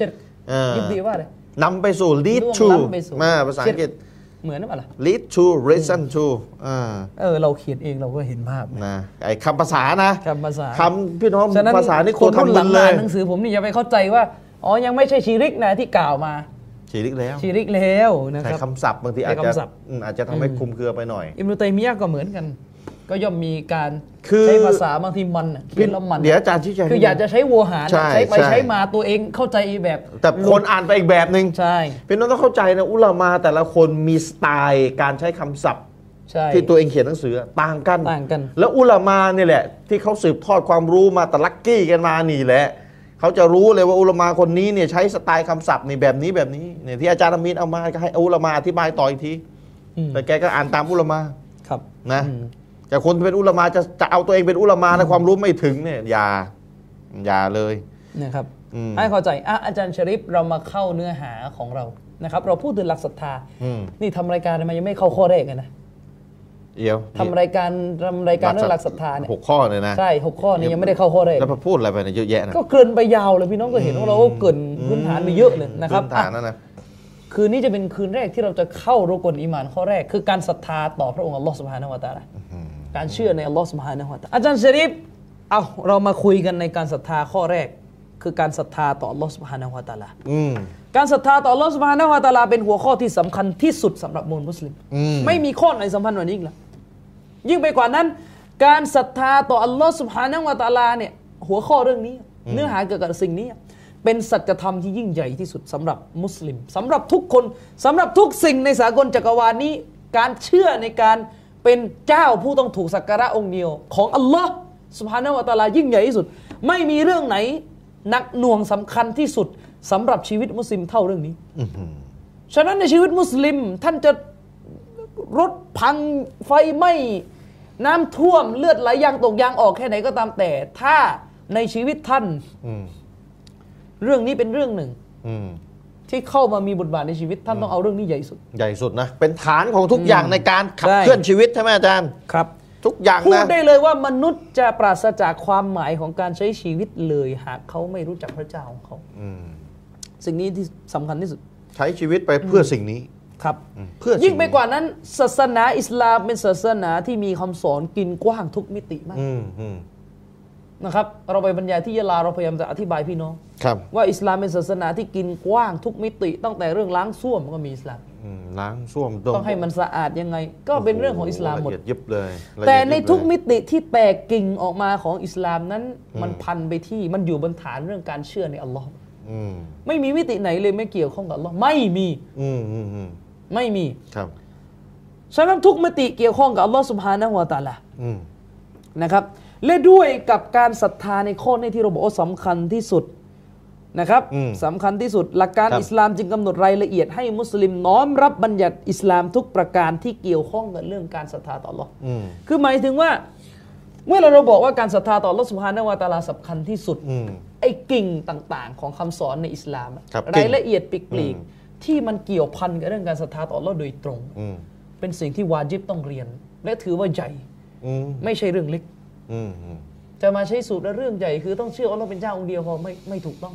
ยุบดีว่าอะไรนำไปสู่ lead to มาภาษาอังกฤษเหมือนหรือเปล่า lead to listen to เราเขียนเองเราก็เห็นภาพนะไอ้คำภาษานะคำภาษาคำพี่น้องภาษานี่คนรุ่นหลังอ่านหนังสือผมนี่อย่าไปเข้าใจว่ายังไม่ใช่ชีริกนะที่กล่าวมาชีริกแล้วนะครับใช้คำศัพท์บางทีอาจจะทำให้คลุมเครือไปหน่อยอิบนุตัยมียะห์ก็เหมือนกันก็ย่อมมีการใช้ภาษาบางทีมันเขียนแล้วมันเดี๋ยวอาจารย์ชี้แจงคืออยากจะใช้วัวหารใช้ไปใช้มาตัวเองเข้าใจแบบแต่คนอ่านไปอีกแบบนึงใช่พี่น้องต้องเข้าใจนะอุลามะแต่ละคนมีสไตล์การใช้คำศัพท์ที่ตัวเองเขียนหนังสือต่างกันแล้วอุลามะนี่แหละที่เขาสืบทอดความรู้มาตะลักกี้กันมานี่แหละเขาจะรู้เลยว่าอุลามะคนนี้เนี่ยใช้สไตล์คำศัพท์นี่แบบนี้เนี่ยที่อาจารย์อามีนเอามาให้อุลามะอธิบายต่ออีกทีแต่แกก็อ่านตามอุลามะครับนะแต่คนเป็นอุลามะจะเอาตัวเองเป็นอุลามะและความรู้ไม่ถึงเนี่ยอย่าเลยนะครับให้เข้าใจอาจารย์ชริฟเรามาเข้าเนื้อหาของเรานะครับเราพูดถึงหลักศรัทธานี่ทำรายการมายังไม่เข้าข้อแรกกันนะทำรายการเรื่องหลักศรัทธาเนี่ย 6 ข้อเลยนะใช่6 ข้อนี้ยังไม่ได้เข้าข้อแรกแล้วพอพูดอะไรไปเนี่ยเยอะแยะนะก็เกินไปยาวเลยพี่น้องก็เห็นว่าเราก็เกินพื้นฐานไปเยอะเลยนะครับพื้นฐานนั่นนะคืนนี้จะเป็นคืนแรกที่เราจะเข้ารุกลอีหม่านข้อแรกคือการศรัทธาต่อพระองค์อัลลอฮฺซุบฮานะฮูวะตะอาลาการเชื่อในอัลลอฮฺซุบฮานะฮูวะตะอาลาอาจารย์ชริฟเรามาคุยกันในการศรัทธาข้อแรกคือการศรัทธาต่ออัลลอฮฺซุบฮานะฮูวะตะอาลาการศรัทธาต่ออัลลอฮฺซุบฮานะฮูวะตะอาลาเป็นหัวข้อที่สำคัญที่สุดสำหรับมุสลิมไม่มีข้อไหนสำคัญกว่านี้อีกแล้วยิ่งไปกว่านั้นการศรัทธาต่ออัลลอฮฺซุบฮานะฮูวะตะอาลาเนี่ยหัวข้อเรื่องนี้เนื้อหาเกี่ยวกับสิ่งนี้เป็นสัจธรรมที่ยิ่งใหญ่ที่สุดสำหรับมุสลิมสำหรับทุกคนสำหรับทุกสิ่งในสากลจักรวาลนี้การเชื่อในการเป็นเจ้าผู้ต้องถูกสักการะองค์เดียวของอัลลอฮฺซุบฮานะฮูวะตะอาลายิ่งใหญ่ที่สุดไม่มีเรื่องไหนหนักหน่วงสำคัญที่สุดสำหรับชีวิตมุสลิมเท่าเรื่องนี้ฉะนั้นในชีวิตมุสลิมท่านจะรถพังไฟไหม้น้ำท่วมเลือดไหลยางตกยางออกแค่ไหนก็ตามแต่ถ้าในชีวิตท่านเรื่องนี้เป็นเรื่องหนึ่งที่เข้ามามีบทบาทในชีวิตท่านต้องเอาเรื่องนี้ใหญ่สุดนะเป็นฐานของทุกอย่างในการขับเคลื่อนชีวิตใช่ไหมอาจารย์ครับทุกอย่างนะพูดได้เลยว่ามนุษย์จะปราศจากความหมายของการใช้ชีวิตเลยหากเขาไม่รู้จักพระเจ้าของเขาสิ่งนี้ที่สำคัญที่สุดใช้ชีวิตไปเพื่อสิ่งนี้ครับยิ่งไปกว่านั้นศาสนาอิสลามเป็นศาสนาที่มีคำสอนกินกว้างทุกมิติมากนะครับเราไปบรรยายที่ยะลาเราพยายามจะอธิบายพี่น้องว่าอิสลามเป็นศาสนาที่กินกว้างทุกมิติตั้งแต่เรื่องล้างส้วมก็มีอิสลามล้างส้วมต้องให้มันสะอาดยังไงก็เป็นเรื่องของอิสลามหมดยิบเลยแต่ในทุกมิติที่แตกกิ่งออกมาของอิสลามนั้นมันพันไปที่มันอยู่บนฐานเรื่องการเชื่อในอัลลอฮ์ไม่มีมิติไหนเลยไม่เกี่ยวข้องกับอัลลอฮ์ไม่มีไม่มีครับฉะนั้นทุกมิติเกี่ยวข้องกับอัลลอฮ์ซุบฮานะฮูวะตะอาลานะครับและด้วยกับการศรัทธาในข้อนี้ที่เราบอกว่าสำคัญที่สุดนะครับสำคัญที่สุดหลักการอิสลามจึงกำหนดรายละเอียดให้มุสลิมน้อมรับบัญญัติอิสลามทุกประการที่เกี่ยวข้องกับเรื่องการศรัทธาต่ออัลเลาะห์คือหมายถึงว่าเมื่อเราบอกว่าการศรัทธาต่ออัลเลาะห์ซุบฮานะฮูวะตะอาลาสำคัญที่สุดไอ้กิ่งต่างๆของคำสอนในอิสลามรายละเอียดปลีกๆที่มันเกี่ยวพันกับเรื่องการศรัทธาต่ออัลเลาะห์โดยตรงเป็นสิ่งที่วาญิบต้องเรียนและถือว่าใหญ่ไม่ใช่เรื่องเล็กจะมาใช้สูตรเรื่องใหญ่คือต้องเชื่ออัลเลาะห์เป็นเจ้าองค์เดียวพอไม่ถูกต้อง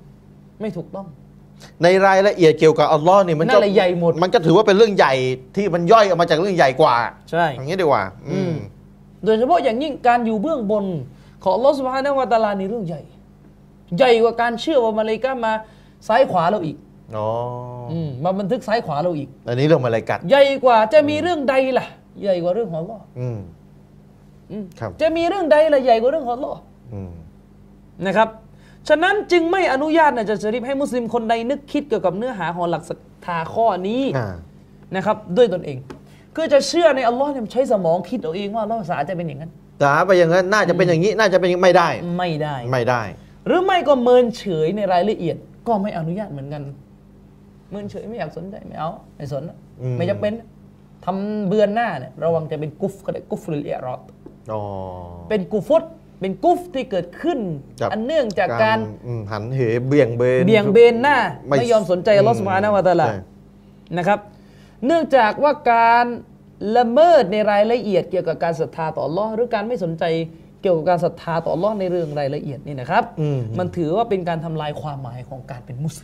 ในรายละเอียดเกี่ยวกับอัลลอฮ์นี่มันก็ใหญ่หมดมันก็ถือว่าเป็นเรื่องใหญ่ที่มันย่อยออกมาจากเรื่องใหญ่กว่าใช่อย่างนี้ดีกว่าโดยเฉพาะอย่างยิ่งการอยู่เบื้องบนของอัลลอฮ์ซุบฮานะฮูวะตะอาลานี่เรื่องใหญ่กว่าการเชื่อว่ามาลาอิกะฮ์มาซ้ายขวาเราอีกมาบันทึกซ้ายขวาเราอีกอันนี้เรื่องมาลาอิกะฮ์ใหญ่กว่าจะมีเรื่องใดล่ะใหญ่กว่าเรื่องของอัลลอฮ์จะมีเรื่องใดล่ะใหญ่กว่าเรื่องของอัลลอฮ์นะครับฉะนั้นจึงไม่อนุญาตนะจะชริฟให้มุสลิมคนใดนึกคิดเกี่ยวกับเนื้อหาของหลักศรัทธาข้อนี้นะครับด้วยตนเองคือจะเชื่อในอัลลอฮ์เนี่ยใช้สมองคิดเอาเองว่าอัลลอฮ์สาจะเป็นอย่างนั้นสาไปอย่างนั้นน่าจะเป็นอย่างนี้น่าจะเป็นไม่ได้หรือไม่ก็เมินเฉยในรายละเอียดก็ไม่อนุญาตเหมือนกันเมินเฉยไม่อยากสนใจไม่เอาไม่สนไม่จำเป็นทำเบือนหน้าเนี่ยระวังจะเป็นกุฟก็ได้กุฟริลอิรอดเป็นกุฟรเป็นกุฟที่เกิดขึ้นอันเนื่องจากการหันเหเบี่ยงเบนหน้าไม่ยอมสนใจอัลเลาะห์ซุบฮานะฮูวะตะอาลานะครับเนื่องจากว่าการละเมิดในรายละเอียดเกี่ยวกับการศรัทธาต่ออัลเลาะห์หรือการไม่สนใจเกี่ยวกับการศรัทธาต่ออัลเลาะห์ในเรื่องรายละเอียดนี่นะครับมันถือว่าเป็นการทำลายความหมายของการเป็นมุสลิม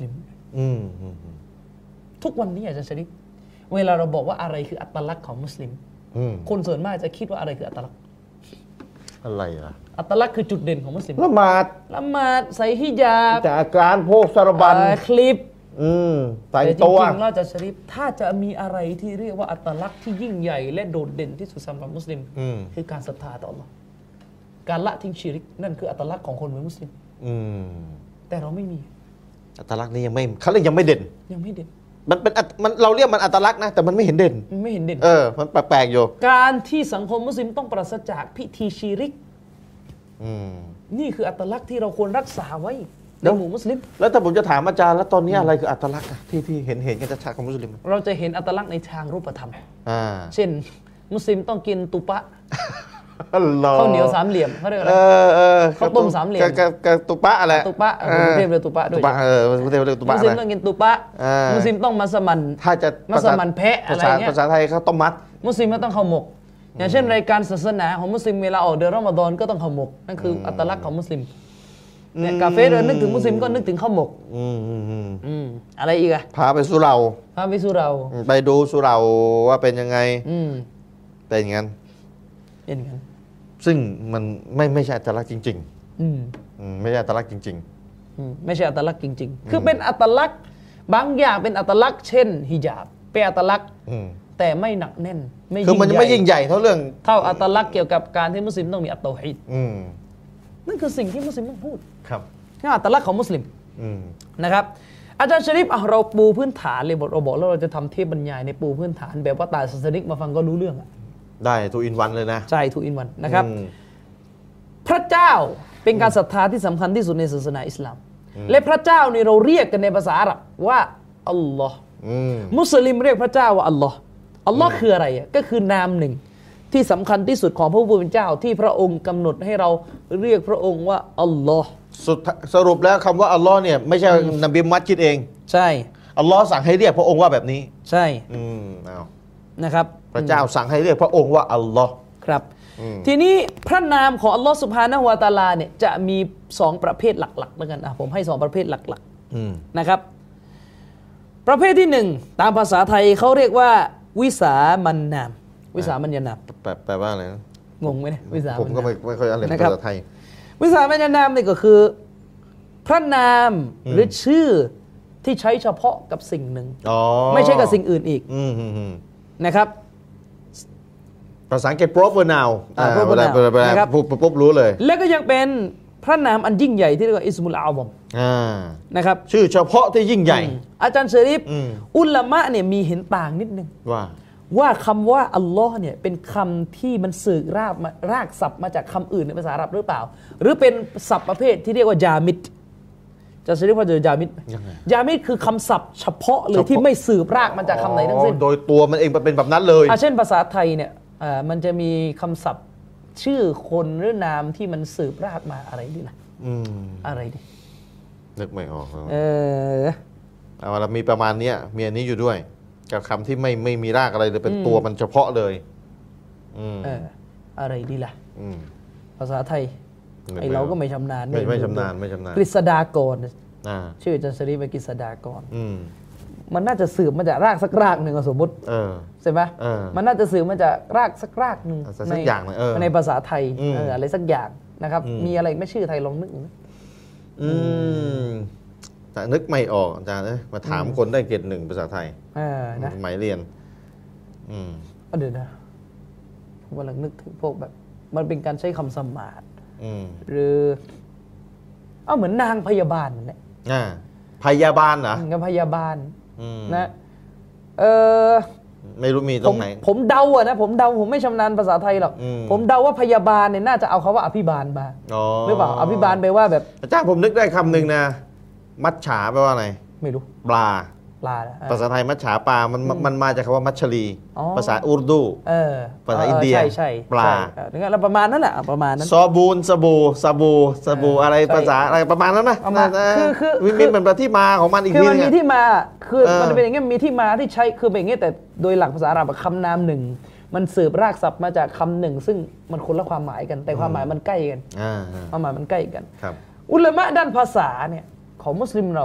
ทุกวันนี้อาจารย์ชริฟเวลาเราบอกว่าอะไรคืออัตลักษณ์ของมุสลิมคนส่วนมากจะคิดว่าอะไรคืออัตลักษณ์อะไรล่ะอัตลักษณ์คือจุดเด่นของมุสลิมละหมาดใส่ฮิญาบจากการโพกสารบัญคลิปใส่ตัวจริงๆเราจะชริฟถ้าจะมีอะไรที่เรียกว่าอัตลักษณ์ที่ยิ่งใหญ่และโดดเด่นที่สุดสำหรับมุสลิมคือการศรัทธาต่อ Allah การละทิ้งชิริกนั่นคืออัตลักษณ์ของคนเป็นมุสลิมแต่เราไม่มีอัตลักษณ์นี้ยังไม่เด่นมันเป็นมันเราเรียกมันอัตลักษณ์นะแต่มันไม่เห็นเด่นมันแปลกๆอยู่การที่สังคมมุสลิมต้องปราศจากพิธีชิริกนี่คืออัตลักษณ์ที่เราควรรักษาไว้ในหมู่มุสลิมแล้วถ้าผมจะถามอาจารย์แล้วตอนนี้อะไรคืออัตลักษณ์ที่เห็นกันชัดๆของมุสลิมเราจะเห็นอัตลักษณ์ในทางรูปธรรมเช่นมุสลิมต้องกินตุปะข้าวเหนียวสามเหลี่ยมเขาเรียกอะไรข้าวต้มสามเหลี่ยมกับตุปะอะไรตุปะมุสลิมเรียกตุปะด้วยมุสลิมเรียกตุปะมุสลิมต้องกินตุปะมุสลิมต้องมัสมันถ้าจะมัสมันแพะอะไรเงี้ยภาษาไทยเขาต้มมัดมุสลิมก็ต้องข้าวหมกอย่างเช่นรายการศาสนาของมุสลิมเวลาออกเดือนรอมฎอนก็ต้องข้าวหมกนั่นคืออัตลักษณ์ของมุสลิมเนี่ยกาเฟ่นึกถึงมุสลิมก็นึกถึงข้าวหมกอะไรอีกอะพาไปสุเราไปดูสุเราว่าเป็นยังไงเป็นอย่างนั้นซึ่งมันไม่ใช่อัตลักษณ์จริงๆไม่ใช่อัตลักษณ์จริงๆไม่ใช่อัตลักษณ์จริงๆคือเป็นอัตลักษณ์บางอย่างเป็นอัตลักษณ์เช่นฮิญาบเป็นอัตลักษณ์แต่ไม่หนักแน่นคือมันไม่ยิ่งใหญ่เท่าเรื่องอัตลักษณ์เกี่ยวกับการที่มุสลิมต้องมีอัตเตาฮีดนั่นคือสิ่งที่มุสลิมต้องพูดครับนี่อัตลักษณ์ของมุสลิมนะครับอาจารย์ชริฟเราปูพื้นฐานเลยเราบอกแล้วเราจะทำเทปบรรยายในปูพื้นฐานแบบว่าตาศาสนิกมาฟังก็รู้เรื่องได้ทูอินวันเลยนะใช่ทูอินวันนะครับพระเจ้าเป็นการศรัทธาที่สำคัญที่สุดในศาสนาอิสลามและพระเจ้านี่เราเรียกกันในภาษาอาหรับว่าอัลลอฮ์มุสลิมเรียกพระเจ้าว่าอัลลอฮ์อัลลอฮ์คืออะไรก็คือนามหนึ่งที่สำคัญที่สุดของพระผู้เป็นเจ้าที่พระองค์กำหนดให้เราเรียกพระองค์ว่าอัลลอฮ์สรุปแล้วคำว่าอัลลอฮ์เนี่ยไม่ใช่นบีมุฮัมมัดคิดเองใช่อัลลอฮ์สั่งให้เรียกพระองค์ว่าแบบนี้ใช่เอานะครับพระเจ้าสั่งให้เรียกพระองค์ว่าอัลลอฮ์ครับทีนี้พระนามของอัลลอฮ์ซุบฮานะฮูวะตะอาลาเนี่ยจะมี2ประเภทหลักๆแล้วกันผมให้2ประเภทหลักๆนะครับประเภทที่1ตามภาษาไทยเขาเรียกว่าวิสามัญนามวิสามัญนามแปลว่าอะไรนะงงไหมเนี่ยวิสามัญนามผมก็ไม่ค่อยอ่านภาษาไทยวิสามัญนามนี่ก็คือพระนามหรือชื่อที่ใช้เฉพาะกับสิ่งหนึ่งไม่ใช่กับสิ่งอื่นอีกนะครับภาษาอังกฤษ proper noun นะครับปุ๊บรู้เลยแล้วก็ยังเป็นพระนามอันยิ่งใหญ่ที่เรียกว่าอิสมุลอาซอมนะครับชื่อเฉพาะที่ยิ่งใหญ่อาจารย์เชอริฟอุลามะเนี่ยมีเห็นต่างนิดนึงว่าคำว่าอัลลอฮ์เนี่ยเป็นคำที่มันสืบรากศัพท์มาจากคำอื่นในภาษาอาหรับหรือเปล่าหรือเป็นศัพท์ประเภทที่เรียกว่าจามิดจะเรียกว่าจามิดจามิดคือคำศัพท์เฉพาะเลยที่ไม่สืบรากมาจากคำไหนทั้งสิ้นโดยตัวมันเองเป็นแบบนั้นเลยเช่นภาษาไทยเนี่ยมันจะมีคำศัพท์ชื่อคนหรือนามที่มันสืบรากมาอะไรดีล่ะอะไรดีนึกไม่ออกเรามีประมาณนี้มีอันนี้อยู่ด้วยกับคำที่ไม่มีรากอะไรเลยเป็นตัวมันเฉพาะเลยอะไรดีล่ะภาษาไทยไอเราก็ไม่ชำนาญไม่ชำนาญกฤษฎากรชื่ออาจารย์ชริฟเป็นกฤษฎากรมันน่าจะสืบมาจากรากสักรากหนึ่งสมมติใช่ไหมมันน่าจะสืบมาจากรากสักรากหนึ่งในภาษาไทยอะไรสักอย่างนะครับมีอะไรไม่ชื่อไทยลองนึกแต่นึกไม่ออกอาจารย์มาถามคนได้เกรด 1ภาษาไทยสมัยเรียนเดี๋ยวนะผมกำลังนึกถึงพวกแบบมันเป็นการใช้คำสมาร์ทหรือเหมือนนางพยาบาลนั่นแหละพยาบาลเหรอกับพยาบาลนะไม่รู้มีตรงไหนผมเดานะผมไม่ชำนาญภาษาไทยหรอกผมเดาว่าพยาบาลเนี่ยน่าจะเอาคำว่าอภิบาลมาหรือเปล่าอภิบาลแปลว่าแบบอาจารย์ผมนึกได้คำหนึ่งนะมัจฉาแปลว่าอะไรไม่รู้ปลาภาษาไทยมัจฉาปลามันมาจากคำว่ามัชลีภาษาอูรดูภาษาอินเดียปลาแล้วประมาณนั้นแหละประมาณนั้นซอบูนสบู่อะไรภาษาอะไรประมาณนั้นนะคือมีเหมือนที่มาของมันอีกทีนึงคือมันมีที่มาคือมันเป็นอย่างเงี้ยมีที่มาที่ใช้คือเป็นอย่างเงี้ยแต่โดยหลักภาษาอาหรับคำนามหนึ่งมันสืบรากศัพท์มาจากคำหนึ่งซึ่งมันคนละความหมายกันแต่ความหมายมันใกล้กันความหมายมันใกล้กันอุลามะด้านภาษาเนี่ยของมุสลิมเรา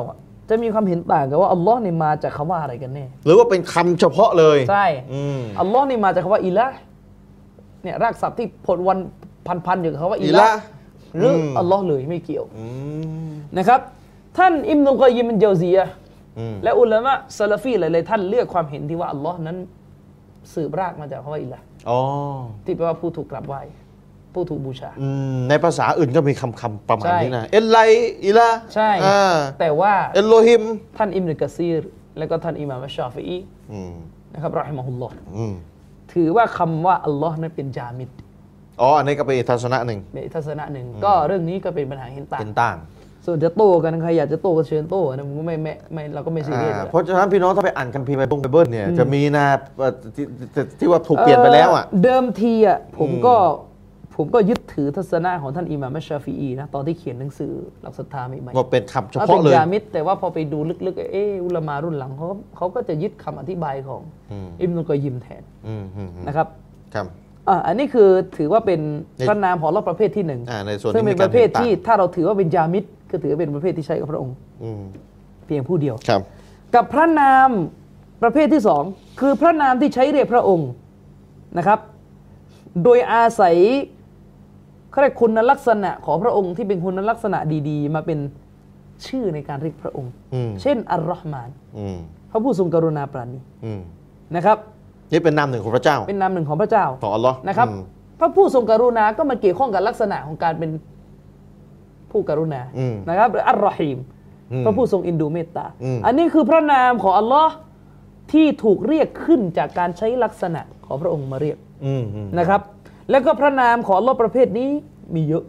จะมีความเห็นต่างกันว่าอัลลอฮ์นี่มาจากคำว่าอะไรกันแน่หรือว่าเป็นคำเฉพาะเลยใช่อัลลอฮ์นี่มาจากคำว่าอิละห์เนี่ยรากศัพท์ที่ผลวันพันอยู่กับคำว่าอิละห์หรืออัลลอฮ์เลยไม่เกี่ยวนะครับท่านอิบนุลกอยยิมอัลเจาซียะห์และอุลามะซะลาฟีหลายๆท่านเลือกความเห็นที่ว่าอัลลอฮ์นั้นสืบรากมาจากคำว่าอิละห์ที่แปลว่าผู้ถูกกราบไหว้ผู้ถูกบูชาในภาษาอื่นก็มีคำประมาณนี้นะเอลไลอิละใช่แต่ว่าเอลโลฮิมท่านอิบนุกะซีรและก็ท่านอิหม่ามอัชชาฟิอีนะครับเราะฮิมะฮุลลอฮ์ถือว่าคำว่าอัลลอฮ์นั้นเป็นจามิดอันนี้ก็เป็นทัศนะหนึ่งก็เรื่องนี้ก็เป็นปัญหาเห็นต่างส่วนจะโต้กันใครอยากจะโต้ก็เชิญโต้นะผมก็ไม่เราก็ไม่ซีเรียสเพราะฉะนั้นพี่น้องถ้าไปอ่านคัมภีร์ไบเบิลเนี่ยจะมีนะที่ว่าถูกเปลี่ยนไปแล้วอ่ะเดิมทีอ่ะผมก็ยึดถือทัศนะของท่านอิหม่ามอัชชาฟิอีนะตอนที่เขียนหนังสือหลักศรัทธาใหม่ๆว่าเป็นคำเฉพาะเลยเป็นยามิดแต่ว่าพอไปดูลึกๆอุลามะรุ่นหลังเขาก็จะยึดคำอธิบายของอิบนุลกอยยิมแทนนะครับอันนี้คือถือว่าเป็นพระนามของอัลเลาะห์ประเภทที่หนึ่งซึ่งเป็นประเภทที่ถ้าเราถือว่าเป็นยามิดก็ถือเป็นประเภทที่ใช้กับพระองค์เพียงผู้เดียวกับพระนามประเภทที่สองคือพระนามที่ใช้เรียกพระองค์นะครับโดยอาศัยเขาเรียกคุณลักษณะของพระองค์ที่เป็นคุณลักษณะดีๆมาเป็นชื่อในการเรียกพระองค์เช่นอัลลอฮ์มานพระผู้ทรงกรุณาปราณีนะครับนี่เป็นนามหนึ่งของพระเจ้าเป็นนามหนึ่งของพระเจ้าของอัลลอฮ์นะครับพระผู้ทรงกรุณาก็มาเกี่ยวข้องกับลักษณะของการเป็นผู้กรุณานะครับหรืออัลลอฮีมพระผู้ทรงอินดูเมตตาอันนี้คือพระนามของอัลลอฮ์ที่ถูกเรียกขึ้นจากการใช้ลักษณะของพระองค์มาเรียกนะครับแล้วก็พระนามของอัลลอฮ์ประเภทนี้มีเยอะ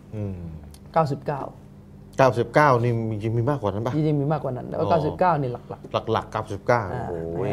99นี่จริงมีมากกว่านั้นป่ะจริงมีมากกว่านั้นแต่ว่า99นี่หลัก 99โอ้ย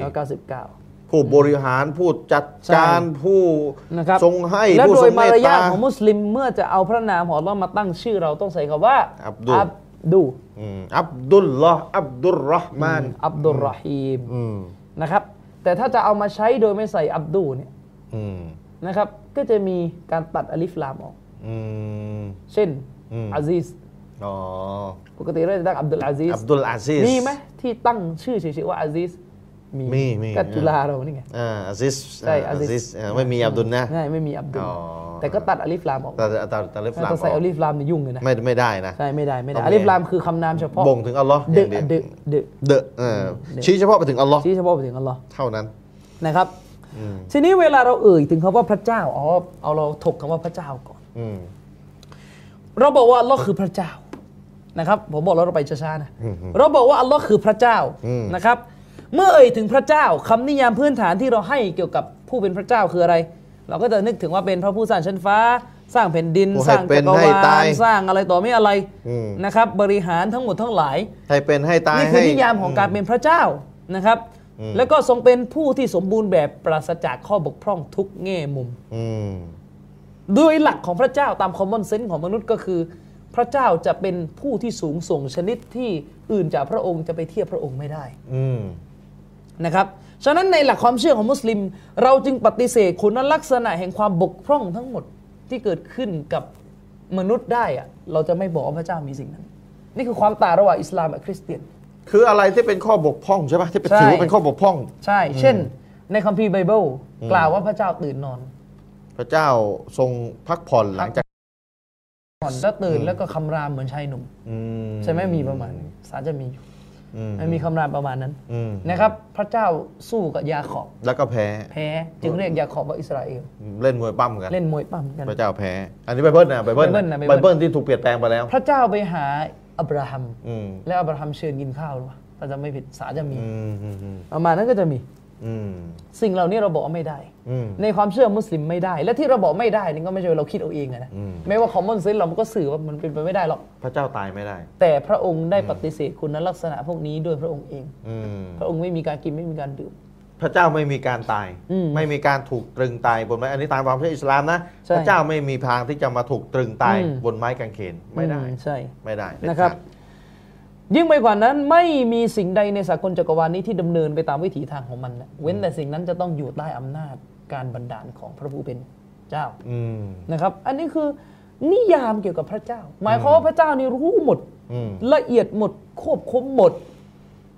99 ผู้บริหารผู้จัดการผู้ทรงให้และโดยมารยาทของมุสลิมเมื่อจะเอาพระนามของอัลเลาะห์มาตั้งชื่อเราต้องใส่คำว่าอับดุลลอฮ์อับดุลเราะห์มานอับดุลเราะฮีมนะครับแต่ถ้าจะเอามาใช้โดยไม่ใส่อับดุลเนี่ยนะครับก็จะมีการตัดอลิฟลามออกเช่นอาซิซปกติเราจะตั้งอับดุลอาซิซมีไหมที่ตั้งชื่อเฉยๆว่าอาซิซมีกัจุฬาเรานี่ไงอาซิซใช่อาซิซไม่มีอับดุลนะไม่มีอับดุลแต่ก็ตัดอลิฟลามออกตัดอลิฟลามใส่อลิฟลามนี่ยุ่งเลยนะไม่ได้นะใช่ไม่ได้อลิฟลามคือคำนามเฉพาะบ่งถึงอัลลอฮ์อย่างเดียวเดอะชี้เฉพาะไปถึงอัลลอฮ์ชี้เฉพาะไปถึงอัลลอฮ์เท่านั้นนะครับทีนี้เวลาเราเอ่ยถึงคำว่าพระเจ้าเอาเราถกคำว่าพระเจ้าก่อนเราบอกว่าอัลลอฮ์คือพระเจ้านะครับผมบอกเราไปช้าๆนะเราบอกว่าอัลลอฮ์คือพระเจ้านะครับเมื่อเอ่ยถึงพระเจ้าคำนิยามพื้นฐานที่เราให้เกี่ยวกับผู้เป็นพระเจ้าคืออะไรเราก็จะนึกถึงว่าเป็นพระผู้สร้างชั้นฟ้าสร้างแผ่นดินสร้างจักรวาลสร้างอะไรต่อไม่อะไรนะครับบริหารทั้งหมดทั้งหลายให้เป็นให้ตายนี่คือนิยามของการเป็นพระเจ้านะครับแล้วก็ทรงเป็นผู้ที่สมบูรณ์แบบปราศจากข้อบกพร่องทุกแง่มุมโดยหลักของพระเจ้าตามคอมมอนเซนส์ของมนุษย์ก็คือพระเจ้าจะเป็นผู้ที่สูงส่งชนิดที่อื่นจากพระองค์จะไปเทียบพระองค์ไม่ได้นะครับฉะนั้นในหลักความเชื่อของมุสลิมเราจึงปฏิเสธคุณลักษณะแห่งความบกพร่องทั้งหมดที่เกิดขึ้นกับมนุษย์ได้อะเราจะไม่บอกว่าพระเจ้ามีสิ่งนั้นนี่คือความต่างระหว่างอิสลามกับคริสเตียนคืออะไรที่เป็นข้อบกพร่องใช่ปะที่เป็นถือว่าเป็นข้อบกพร่องใช่เช่นในคัมภีร์ไบเบิลกล่าวว่าพระเจ้าตื่นนอนพระเจ้าทรงพักผ่อนหลังจากผ่อนแล้วตื่นแล้วก็คำรามเหมือนชายหนุ่มใช่ไหมมีประมาณสารจะมีอยู่มีคำรามประมาณนั้นนะครับพระเจ้าสู้กับยาขอบแล้วก็แพ้จึงเรียกยาขอบว่าอิสราเอลเล่นมวยปั้มกันพระเจ้าแพ้อันนี้ไบเบิลนะไบเบิลที่ถูกเปลี่ยนแปลงไปแล้วพระเจ้าไปหาอับราฮัมแล้วอับราฮัมเชิญกินข้าวหรือเปล่าถ้าจะไม่ผิดสาจะมีประมาณนั้นก็จะมีสิ่งเหล่านี้เราบอกไม่ได้ในความเชื่อมุสลิมไม่ได้และที่เราบอกไม่ได้นี่ก็ไม่ใช่เราคิดเอาเองนะไม่ว่าคอมมอนเซนส์เราก็สื่อว่ามันเป็นไปไม่ได้หรอกพระเจ้าตายไม่ได้แต่พระองค์ได้ปฏิเสธคุณลักษณะพวกนี้ด้วยพระองค์เองพระองค์ไม่มีการกินไม่มีการดื่มพระเจ้าไม่มีการตายไม่มีการถูกตรึงตายบนไม้อันนี้ตามความเชื่ออิสลามนะพระเจ้าไม่มีทางที่จะมาถูกตรึงตายบนไม้กางเขนไม่ได้ใช่ไม่ได้นะครับยิ่งไปกว่านั้นไม่มีสิ่งใดในสากลจักรวาลนี้ที่ดำเนินไปตามวิถีทางของมันนะเว้นแต่สิ่งนั้นจะต้องอยู่ใต้อำนาจการบันดาลของพระผู้เป็นเจ้านะครับอันนี้คือนิยามเกี่ยวกับพระเจ้าหมายความว่าพระเจ้านี่รู้หมดละเอียดหมดควบคุมหมด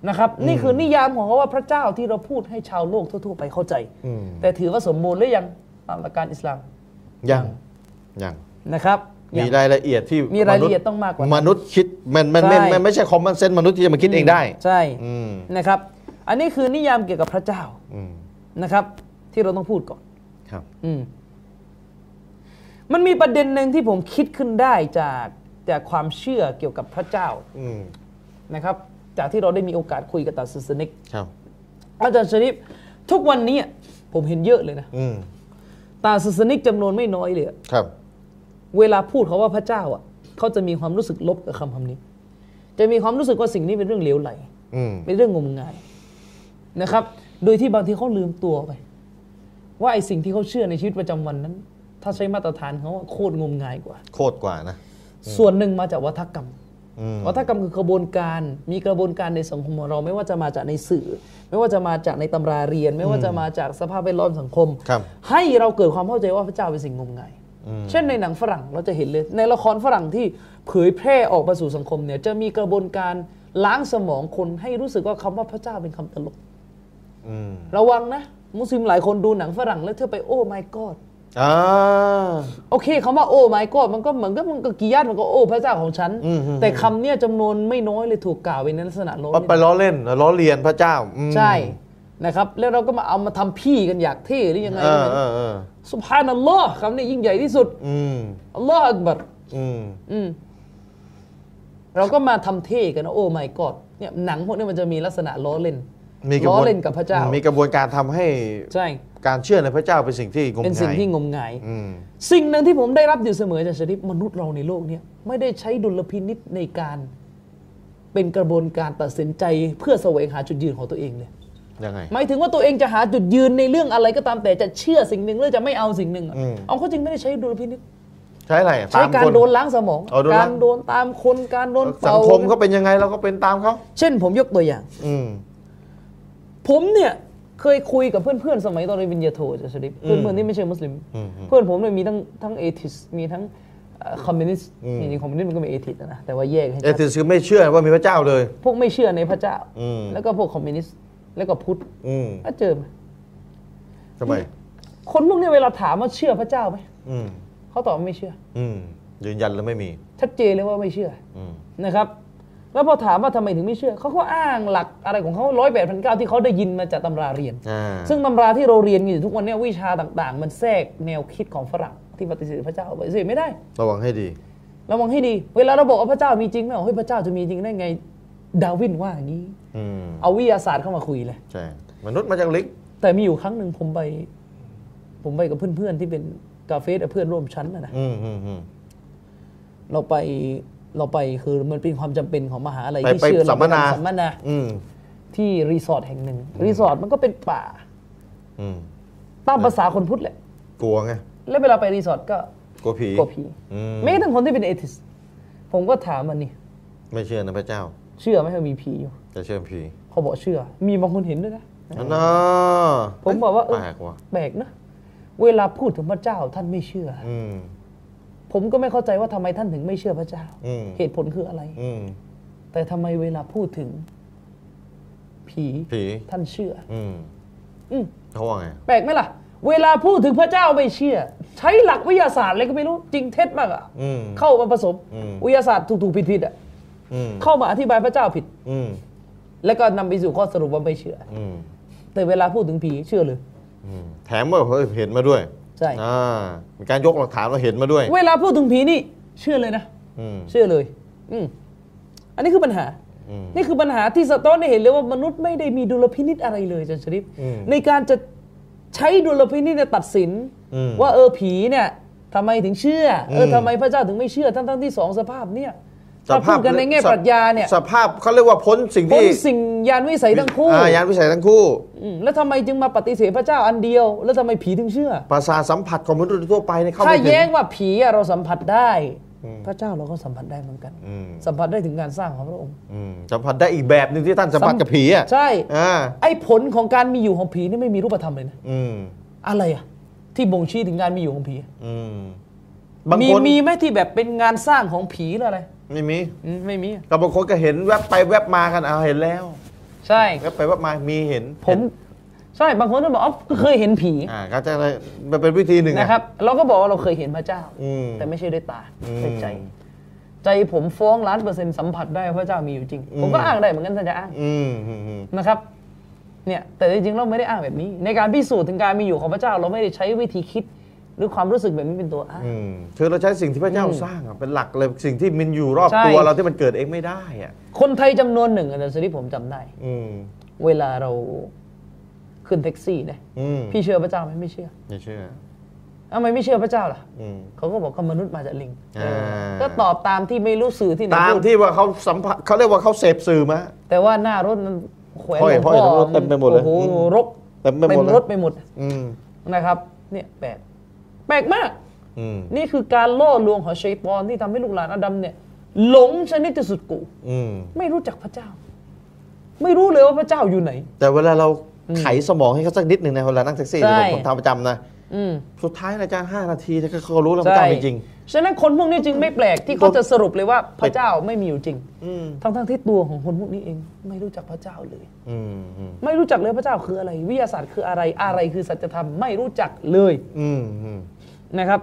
นะครับนี่คือนิยามของเขาว่าพระเจ้าที่เราพูดให้ชาวโลกทั่วๆไปเข้าใจแต่ถือว่าสมบูรณ์หรือยังตามหลักการอิสลามยังนะครับมีรายละเอียดที่มีรายละเอียดต้องมากกว่ามนุษย์คิดมันไม่ใช่คอมมอนเซนส์มนุษย์ที่จะมาคิดเองได้ใช่นะครับอันนี้คือนิยามเกี่ยวกับพระเจ้านะครับที่เราต้องพูดก่อนครับมันมีประเด็นหนึ่งที่ผมคิดขึ้นได้จากความเชื่อเกี่ยวกับพระเจ้านะครับจากที่เราได้มีโอกาสคุยกับตาศาสนิกอาจารย์ชริฟทุกวันนี้ผมเห็นเยอะเลยนะตาศาสนิกจำนวนไม่น้อยเลยครับเวลาพูดเขาว่าพระเจ้าเขาจะมีความรู้สึกลบกับคำนี้จะมีความรู้สึกว่าสิ่งนี้เป็นเรื่องเลวไหลเป็นเรื่องงมงายนะครับโดยที่บางทีเขาลืมตัวไปว่าไอ้สิ่งที่เขาเชื่อในชีวิตประจำวันนั้น ถ้าใช้มาตรฐานเขาโคตรงมงายกว่าโคตรกว่านะส่วนหนึ่งมาจากวัฒกรรมวัฒกรรมคือกระบวนการมีกระบวนการในสังคมของเราไม่ว่าจะมาจากในสื่อไม่ว่าจะมาจากในตำราเรียนไม่ว่าจะมาจากสภาพแวดล้อมสังคมให้เราเกิดความเข้าใจว่าพระเจ้าเป็นสิ่งงมงายเช่นในหนังฝรั่งเราจะเห็นเลยในละครฝรั่งที่เผยแพร่ออกมาสู่สังคมเนี่ยจะมีกระบวนการล้างสมองคนให้รู้สึกว่าคำว่าพระเจ้าเป็นคำตลกระวังนะมุสลิมหลายคนดูหนังฝรั่งแล้วเธอไปโอ้ my god โอเคคำว่าโอ้ my god มันก็เหมือนกับมันก็กิยาตมันก็โอ้พระเจ้าของฉันแต่คำเนี้ยจำนวนไม่น้อยเลยถูกกล่าวในลักษณะล้อเล่นไปล้อเล่นล้อเลียนพระเจ้าใช่นะครับแล้วเราก็มาเอามาทำพี่กันอยากเท่หรือยังไงซุบฮานัลลอฮ์คำนี้ยิ่งใหญ่ที่สุดอัลลอฮ์อักบัรเราก็มาทำเท่กันโอ้ my god เนี่ยหนังพวกนี้มันจะมีลักษณะล้อเล่นกับพระเจ้ามีกระบวนการทำให้การเชื่อในพระเจ้าเป็นสิ่งที่งมงายเป็นสิ่งที่งมงายสิ่งหนึ่งที่ผมได้รับอยู่เสมอจากชริฟมนุษย์เราในโลกนี้ไม่ได้ใช้ดุลพินิจในการเป็นกระบวนการตัดสินใจเพื่อแสวงหาจุดยืนของตัวเองเลยยังไงหมายถึงว่าตัวเองจะหาจุดยืนในเรื่องอะไรก็ตามแต่จะเชื่อสิ่งหนึ่งหรือจะไม่เอาสิ่งหนึ่งเอาเขาจริงไม่ได้ใช้ดุลพินิจใช้อะไรใช้การโดนล้างสมองการโดนตามคนการโดนสังคมเขาเป็นยังไงเราก็เป็นตามเขาเช่นผมยกตัวอย่างผมเนี่ยเคยคุยกับเพื่อนๆสมัยตอนเรียนปริญญาโทจะชริฟเพื่อนๆที่ไม่ใช่มุสลิมเพื่อนผมเนี่ยมีทั้งเอทิสมีทั้งคอมมิวนิสต์จริงๆคอมมิวนิสต์มันก็มีเอทิสนะแต่ว่าแยกให้เอทิสคือไม่เชื่อว่ามีพระเจ้าเลยพวกไม่เชื่อในพระเจ้าแล้วก็พวกคอมมิวนิสต์แล้วก็พุทธก็เจอทำไมคนพวกนี้เวลาถามว่าเชื่อพระเจ้าไหมเขาตอบว่าไม่เชื่อยืนยันแล้วไม่มีชัดเจนเลยว่าไม่เชื่อนะครับแล้วพอถามว่าทำไมถึงไม่เชื่อเขาก็อ้างหลักอะไรของเขา108,900ที่เขาได้ยินมาจากตำราเรียนซึ่งตำราที่เราเรียนอยู่ทุกวันนี้วิชาต่างๆมันแทรกแนวคิดของฝรั่งที่ปฏิเสธพระเจ้าปฏิเสธไม่ได้ระวังให้ดีเวลาเราบอกว่าพระเจ้ามีจริงไหมเฮ้ยพระเจ้าจะมีจริงได้ไงดาวินว่าอย่างนี้เอาวิทยาศาสตร์เข้ามาคุยเลยใช่มนุษย์มาจากลิกแต่มีอยู่ครั้งหนึ่งผมไปกับเพื่อนๆที่เป็นกาเฟ่เพื่อนร่วมชั้นนะเราไปคือมันเป็นความจำเป็นของมหาลัยที่เชื่อสัมมนาที่รีสอร์ทแห่งหนึ่งรีสอร์ทมันก็เป็นป่าตามภาษาคนพุทธแหละกลัวไงแล้วเวลาไปรีสอร์ทก็กลัวผีแม้กระทั่งคนที่เป็นเอทิสผมก็ถามมันนี่ไม่เชื่อในพระเจ้าเชื่อไหมว่ามีผีอยู่จะเชื่อผีเขาบอกเชื่อมีบางคนเห็นด้วยนะผมบอกว่าแปลกนะเวลาพูดถึงพระเจ้าท่านไม่เชื่อผมก็ไม่เข้าใจว่าทำไมท่านถึงไม่เชื่อพระเจ้าเหตุผลคืออะไรแต่ทำไมเวลาพูดถึงผีท่านเชื่อเขาว่าไงแปลกไหมล่ะเวลาพูดถึงพระเจ้าไม่เชื่อใช้หลักวิทยาศาสตร์อะไรก็ไม่รู้จริงเท็จมากเข้ามาผสมวิทยาศาสตร์ถูกผิดเข้ามาอธิบายพระเจ้าผิดแล้วก็นำไปสู่ข้อสรุปว่าไม่เชื่อแต่เวลาพูดถึงผีเชื่อเลยแถมว่าเห็นมาด้วยใช่มีการยกหลักฐานว่าเห็นมาด้วยเวลาพูดถึงผีนี่เชื่อเลยนะเชื่อเลยอันนี้คือปัญหานี่คือปัญหาที่สะท้อนให้เห็นเลยว่ามนุษย์ไม่ได้มีดุลพินิจอะไรเลยอาจารย์ชริฟในการจะใช้ดุลพินิจในตัดสินว่าผีเนี่ยทำไมถึงเชื่อทำไมพระเจ้าถึงไม่เชื่อทั้งที่สองสภาพเนี่ยถ้าพูดกันในแง่ปรัชญาเนี่ยสภาพเขาเรียกว่าพ้นสิ่งที่ยานวิสัยทั้งคู่ยานวิสัยทั้งคู่แล้วทำไมจึงมาปฏิเสธพระเจ้าอันเดียวแล้วทำไมผีถึงเชื่อประสาทสัมผัสของมนุษย์ทั่วไปเนี่ยเข้าไม่ถึงถ้าแย้งว่าผีเราสัมผัสได้พระเจ้าเราก็สัมผัสได้เหมือนกันสัมผัสได้ถึงการสร้างของพระองค์สัมผัสได้อีกแบบนึงที่ท่านสัมผัสกับผีใช่ไอ้ผลของการมีอยู่ของผีนี่ไม่มีรูปธรรมเลยนะอะไรที่บ่งชี้ถึงการมีอยู่ของผีมีไหมที่แบบเป็นงานสร้างของผีหรืออะไรไม่มีไม่มีกับบางคนก็เห็นแวบไปแวบมากันเห็นแล้วใช่แล้วไปว่ามามีเห็นผมใช่บางคนก็บอกอ๋อเคยเห็นผีก็จะเลยมันเป็นวิธีหนึ่งนะครับเราก็บอกว่าเราเคยเห็นพระเจ้าแต่ไม่ใช่ด้วยตาด้วยใจผมฟ้อง1,000,000%สัมผัสได้พระเจ้ามีอยู่จริงผมก็อ้างได้เหมือนกันถ้าจะอ้างนะครับเนี่ยแต่จริงๆเราไม่ได้อ้างแบบนี้ในการพิสูจน์ถึงการมีอยู่ของพระเจ้าเราไม่ได้ใช้วิธีคิดหรือความรู้สึกแบบนี้เป็นตัวอ้างคือเราใช้สิ่งที่พระเจ้าสร้างเป็นหลักเลยสิ่งที่มันอยู่รอบตัวเราที่มันเกิดเองไม่ได้อะคนไทยจำนวนหนึ่งอาจารย์สุริผมจำได้เวลาเราขึ้นแท็กซี่เนี่ยพี่เชื่อพระเจ้าไหมไม่เชื่อไม่เชื่อทำไมไม่เชื่อพระเจ้าล่ะเขาก็บอกว่ามนุษย์มาจากลิงก็ตอบตามที่ไม่รู้สื่อที่ไหนตามที่ว่าเขาสัมผัสเขาเรียกว่าเขาเสพสื่อมาแต่ว่าหน้ารถนั้นแขวนหลวงพ่อเต็มไปหมดเลยโอ้โหรกเต็มรถไปหมดนะครับเนี่ยแปลกมากนี่คือการล่อลวงของชัยฏอนที่ทำให้ลูกหลานอาดัมเนี่ยหลงชนิดที่สุดกูไม่รู้จักพระเจ้าไม่รู้เลยว่าพระเจ้าอยู่ไหนแต่เวลาเราไขสมองให้เขาสักนิดหนึ่งในเวลานั่งแท็กซี่ผมทำประจำนะสุดท้ายอาจารย์5 นาทีเขารู้แล้วพระเจ้าจริงฉะนั้นคนพวกนี้จึงไม่แปลกที่เขาจะสรุปเลยว่าพระเจ้าไม่มีอยู่จริงทั้งที่ตัวของคนพวกนี้เองไม่รู้จักพระเจ้าเลยไม่รู้จักเลยพระเจ้าคืออะไรวิทยาศาสตร์คืออะไรคือสัจธรรมไม่รู้จักเลยนะครับ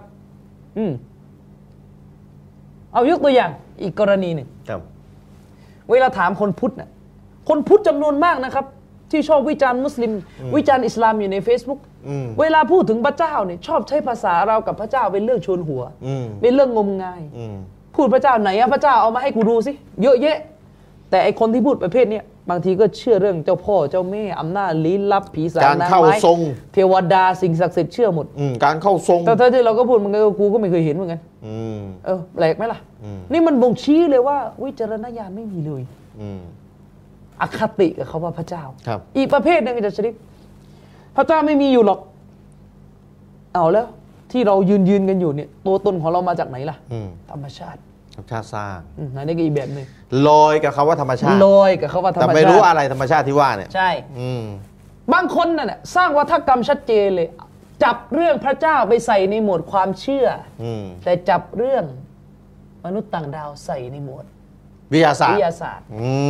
เอายกตัวอย่างอีกกรณีหนึ่งเวลาถามคนพุทธน่ะคนพุทธจำนวนมากนะครับที่ชอบวิจารณ์มุสลิมวิจารณ์อิสลามอยู่ใน Facebook เวลาพูดถึงพระเจ้าเนี่ยชอบใช้ภาษาเรากับพระเจ้าเป็นเรื่องชวนหัวเป็นเรื่องงมงายพูดพระเจ้าไหนอะพระเจ้าเอามาให้กูดูสิเยอะแยะแต่ไอคนที่พูดประเภทนี้บางทีก็เชื่อเรื่องเจ้าพ่อเจ้าแม่อำนาจลี้ลับผีสางนางไม้เทวดาสิ่งศักดิ์สิทธิ์เชื่อหมดการเข้าทรงแต่ถ้าที่เราก็พูดมันก็กูก็ไม่เคยเห็นเหมือนกันแปลกไหมล่ะนี่มันบ่งชี้เลยว่าวิจารณญาณไม่มีเลยอคติกับเขาว่าพระเจ้าอีกประเภทหนึ่งอาจารย์ชริฟพระเจ้าไม่มีอยู่หรอกเอาแล้วที่เรายืนกันอยู่เนี่ยตัวตนของเรามาจากไหนล่ะธรรมชาติสร้างนั่นนี่ก็อีกแบบหนึ่งลอยกับเขาว่าธรรมชาติลอยกับเขาว่าธรรมชาติแต่ไม่รู้อะไรธรรมชาติที่ว่าเนี่ยใช่บางคนน่ะสร้างวัฒกรรมชัดเจนเลยจับเรื่องพระเจ้าไปใส่ในหมวดความเชื่อแต่จับเรื่องมนุษย์ต่างดาวใส่ในหมวดวิทยาศาสตร์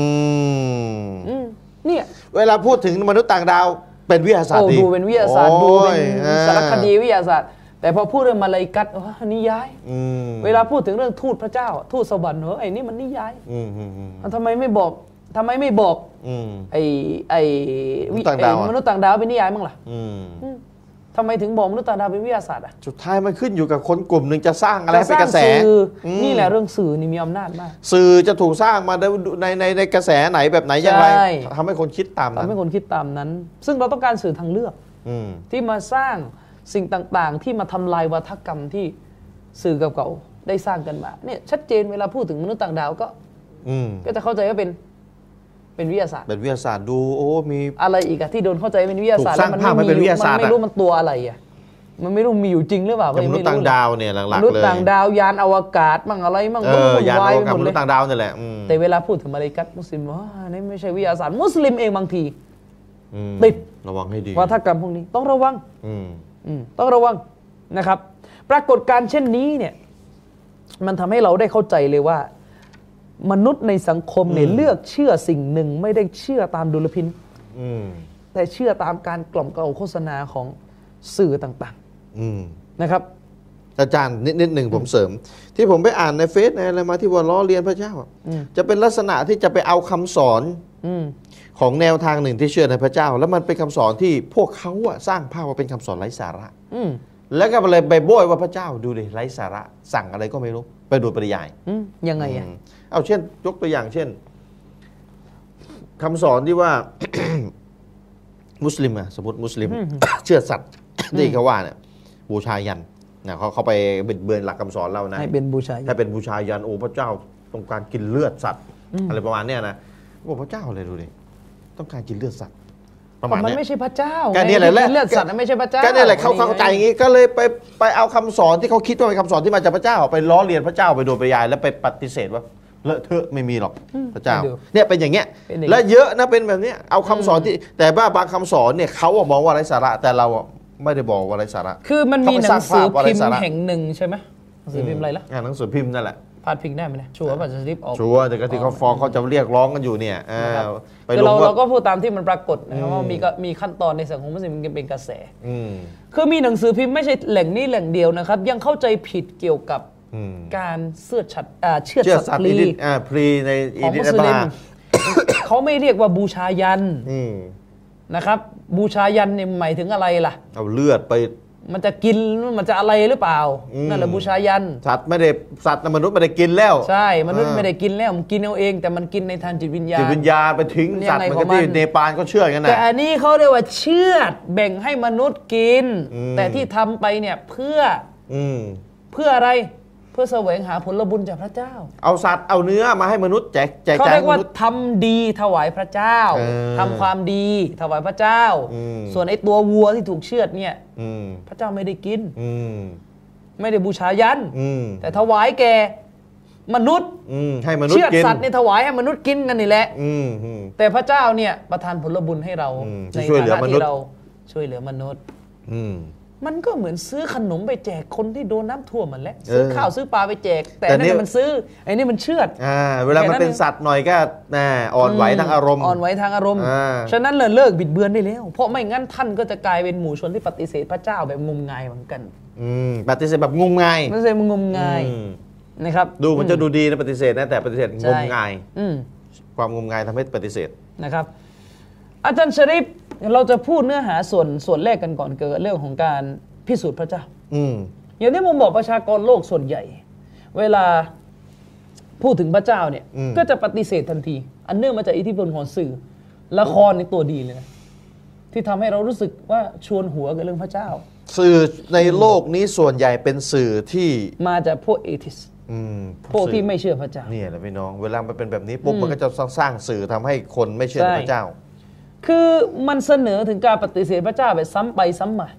เนี่ยเวลาพูดถึงมนุษย์ต่างดาวเป็นวิทยาศาสตร์ดูเป็นวิทยาศาสตร์ดูเป็นสารคดีวิทยาศาสตร์แต่พอพูดเรื่องมาลาอิกัตนิยายเวลาพูดถึงเรื่องทูตพระเจ้าทูตสวรรค์ไอ้นี่มันนิยายทำไมไม่บอกไอ้มนุษย์ต่างดาวเป็นนิยายมั้งล่ะทำไมถึงบอกมนุษย์ต่างดาวเป็นวิทยาศาสตร์สุดท้ายมันขึ้นอยู่กับคนกลุ่มหนึ่งจะสร้างอะไรเป็นกระแสนี่แหละเรื่องสื่อนี่มีอำนาจมากสื่อจะถูกสร้างมาในกระแสไหนแบบไหนอย่างไรทำให้คนคิดตามนั้นทำให้คนคิดตามนั้นซึ่งเราต้องการสื่อทางเลือกที่มาสร้างสิ่งต่างๆที่มาทำลายวัฒกรรมที่สื่อเก่าๆได้สร้างกันมาเนี่ยชัดเจนเวลาพูดถึงมนุษย์ต่างดาวก็จะเข้าใจว่าเป็นวิทยาศาสตร์เป็นวิทยาศาสตร์ดูมีอะไรอีกอะที่โดนเข้าใจเป็นวิทยาศาสตร์แล้วมันไม่รู้มันตัวอะไรอะมันไม่รู้มีอยู่จริงหรือเปล่ามนุษย์ต่างดาวเนี่ยหลักๆเลยมนุษย์ต่างดาวยานอวกาศมั่งอะไรมั่งยานอวกาศมนุษย์ต่างดาวนี่แหละแต่เวลาพูดถึงมาลาอิกัตมุสลิมว่านี่ไม่ใช่วิทยาศาสตร์มุสลิมเองบางทีติดระวังให้ดีวัฒกรรมพวกนี้ต้องระวังต้องระวังนะครับปรากฏการณ์เช่นนี้เนี่ยมันทำให้เราได้เข้าใจเลยว่ามนุษย์ในสังคมเนี่ยเลือกเชื่อสิ่งหนึ่งไม่ได้เชื่อตามดุลพินิจแต่เชื่อตามการกล่อมเกลาโฆษณาของสื่อต่างๆนะครับอาจารย์นิดหนึ่งผมเสริมที่ผมไปอ่านในเฟซในอะไรมาที่ว่าล้อเลียนพระเจ้าจะเป็นลักษณะที่จะไปเอาคำสอนของแนวทางหนึ่งที่เชื่อในพระเจ้าแล้วมันเป็นคำสอนที่พวกเขาสร้างภาพว่าเป็นคำสอนไร้สาระแล้วก็เลยไปโบยว่าพระเจ้าดูดิไร้สาระสั่งอะไรก็ไม่รู้ไปดูปริยายยังไงอ่ะเอาเช่นยกตัวอย่างเช่นคำสอนที่ว่า มุสลิมสมมติมุสลิมเชื่อสัตว์ที่เขาว่าเนี่ยบูชายันเขาไปบิดเบือนหลักคำสอนเรานะให้เป็นบูชายันโอ้พระเจ้าต้องการกินเลือดสัตว์อะไรประมาณเนี้ยนะบอกพระเจ้าเลยดูดิต้องการกินเลือดสัตว์ประมาณนี้มันไม่ใช่พระเจ้าก็นี่แหละเลือดสัตว์ไม่ใช่พระเจ้าก็นี่แหละเขาเข้าใจอย่างนี้ก็เลยไปเอาคำสอนที่เขาคิดว่าเป็นคำสอนที่มาจากพระเจ้าไปล้อเลียนพระเจ้าไปโดยปริยายแล้วไปปฏิเสธว่าเลอะเทอะไม่มีหรอกพระเจ้าเนี่ยเป็นอย่างเงี้ยและเยอะนะเป็นแบบนี้เอาคำสอนที่แต่ว่าบางคำสอนเนี่ยเขามองว่าไร้สาระแต่เราไม่ได้บอกว่าไร้สาระคือมันมีหนังสือพิมพ์แห่งหนึ่งใช่ไหมหนังสือพิมพ์อะไรล่ะหนังสือพิมพ์นั่นแหละพาดพิงได้ไหมนะชัวร์ป่ะจะรีบออกชัวร์แต่ก็ที่เขาฟ้องเขาจะเรียกร้องกันอยู่เนี่ยไปคือลงเราก็พูดตามที่มันปรากฏนะครับว่ามีขั้นตอนในสังคมมุสลิมเป็นกระแสคือมีหนังสือพิมพ์ไม่ใช่แหล่งนี้แหล่งเดียวนะครับยังเข้าใจผิดเกี่ยวกับการเชือดสัตว์พลีในของมุสลิมเขาไม่เรียกว่าบูชายันนะครับบูชายันเนี่ยหมายถึงอะไรล่ะเอาเลือดไปมันจะกินมันจะอะไรหรือเปล่านั่นแหละบูชายันสัตว์มนุษย์ไม่ได้กินแล้วใช่มนุษย์ไม่ได้กินแล้วมันกินเอาเองแต่มันกินในทางจิตวิญญาณไปทิ้งสัตว์มันก็ที่เนปาลก็เชื่อกันนะแต่อันนี้เขาเรียกว่าเชือดแบ่งให้มนุษย์กินแต่ที่ทำไปเนี่ยเพื่ออะไรเพื่อแสวงหาผลบุญจากพระเจ้าเอาสัตว์เอาเนื้อมาให้มนุษย์แจกเขาเรียกว่าทำดีถวายพระเจ้าทำความดีถวายพระเจ้าส่วนไอ้ตัววัวที่ถูกเชือดเนี่ยพระเจ้าไม่ได้กินไม่ได้บูชายันแต่ถวายแก่มนุษย์ให้มนุษย์เชือดสัตว์เนี่ยถวายให้มนุษย์กินกันนี่แหละแต่พระเจ้าเนี่ยประทานผลบุญให้เราในฐานะที่เราช่วยเหลือมนุษย์มันก็เหมือนซื้อขนมไปแจกคนที่โดนน้ำท่วมมันแหละซื้อข้าวซื้อปลาไปแจกแต่นี่มันซื้อไอ้นี่มันเชือดเวลามันเป็นสัตว์หน่อยก็อ่อนไหวทางอารมณ์ฉะนั้นเลิกบิดเบือนได้แล้วเพราะไม่งั้นท่านก็จะกลายเป็นหมู่ชนที่ปฏิเสธพระเจ้าแบบงมงายเหมือนกันปฏิเสธแบบงมงายปฏิเสธงมงายนะครับดูมันจะดูดีนะปฏิเสธนะแต่ปฏิเสธงมงายความงมงายทำให้ปฏิเสธนะครับอาจารย์ชริฟเราจะพูดเนื้อหาส่วนแรกกันก่อนเกี่ยวกับเรื่องของการพิสูจน์พระเจ้าอย่างที่ผมบอกประชากรโลกส่วนใหญ่เวลาพูดถึงพระเจ้าเนี่ยก็จะปฏิเสธทันทีอันเนื่องมาจากอิทธิพลของสื่อละครในตัวดีเลยนะที่ทำให้เรารู้สึกว่าชวนหัวกับเรื่องพระเจ้าสื่อในโลกนี้ส่วนใหญ่เป็นสื่อที่มาจากพวกเอทิสพวกที่ไม่เชื่อพระเจ้าเนี่ยแหละพี่น้องเวลามันเป็นแบบนี้ปุ๊บมันก็จะสร้างสื่อทำให้คนไม่เชื่อพระเจ้าคือมันเสนอถึงการปฏิเสธพระเจ้าแบบซ้ำไปซ้ำมา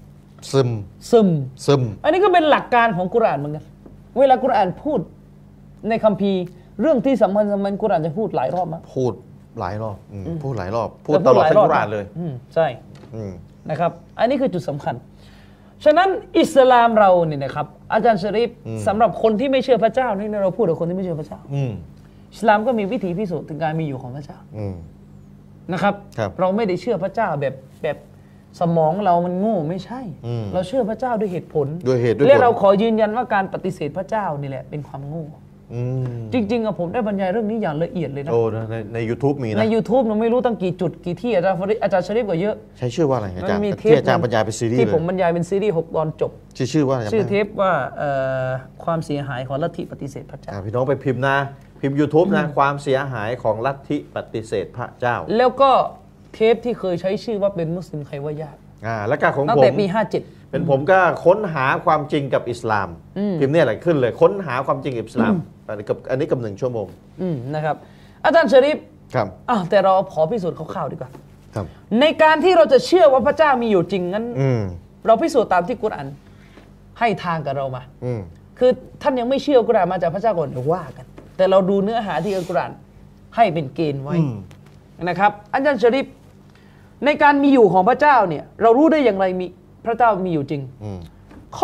ซึมอันนี้ก็เป็นหลักการของกุรอานเหมือนกันเวลากุรอานพูดในคัมภีร์เรื่องที่สำคัญกุรอานจะพูดหลายรอบมั้ยพูดหลายรอบพูดหลายรอบพูดตลอดทั้งกุรอานเลยใช่นะครับอันนี้คือจุดสำคัญฉะนั้นอิสลามเราเนี่ยนะครับอาจารย์ชะรีฟสำหรับคนที่ไม่เชื่อพระเจ้านี่เราพูดกับคนที่ไม่เชื่อพระเจ้าอิสลามก็มีวิธีพิสูจน์ถึงการมีอยู่ของพระเจ้านะครับเราไม่ได้เชื่อพระเจ้าแบบสมองเรามันโง่ไม่ใช่เราเชื่อพระเจ้าด้วยเหตุผลและเราขอยืนยันว่าการปฏิเสธพระเจ้านี่แหละเป็นความโง่จริงๆผมได้บรรยายเรื่องนี้อย่างละเอียดเลยนะใน YouTube มีนะใน YouTube เราไม่รู้ตั้งกี่จุดกี่ที่อาจารย์ชะรีฟก็เยอะใช้ชื่อว่าอะไรอาจารย์ที่อาจารย์บรรยายเป็นซีรีส์ที่ผมบรรยายเป็นซีรีส์6ตอนจบชื่อว่าอะไรชื่อเทปว่าความเสียหายของลัทธิปฏิเสธพระเจ้าพี่น้องไปพิมพ์นะพิมพ์ YouTube นะความเสียหายของลัทธิปฏิเสธพระเจ้าแล้วก็เทปที่เคยใช้ชื่อว่าเป็นมุสลิมใครว่ายากแล้วก็ของผมตั้งแต่ปี57 เป็นผมก็ค้นหาความจริงกับอิสลามพิมพ์เนี่ยอะไรขึ้นเลยค้นหาความจริงกับอิสลามอันนี้กับ1 ชั่วโมงนะครับอาจารย์ชะรีฟครับแต่เราขอพิสูจน์คร่าวๆดีกว่าในการที่เราจะเชื่อว่าพระเจ้ามีอยู่จริงงั้นเราพิสูจน์ตามที่กุรอานให้ทางกับเรามาคือท่านยังไม่เชื่อกุรอานมาจากพระเจ้าก่อนเดี๋ยวว่ากันแต่เราดูเนื้อหาที่อัลกุรอานให้เป็นเกณฑ์ไว้นะครับอาจารย์ชะรีฟในการมีอยู่ของพระเจ้าเนี่ยเรารู้ได้อย่างไรมีพระเจ้ามีอยู่จริงข้อ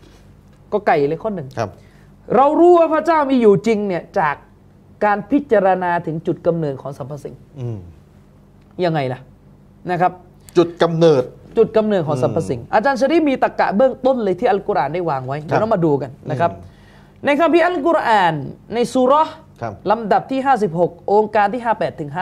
1ก็ไก่เลยข้อ 1 ครับเรารู้ว่าพระเจ้ามีอยู่จริงเนี่ยจากการพิจารณาถึงจุดกำเนิดของสรรพสิ่งยังไงล่ะนะครับจุดกำเนิดของสรรพสิ่งอาจารย์ชะรีฟมีตรรกะเบื้องต้นเลยที่อัลกุรอานได้วางไว้เดี๋ยวเรามาดูกันนะครับในคัมภีร์อัลกุรอานในซูเราะห์ลำดับที่56องค์การที่58ถึง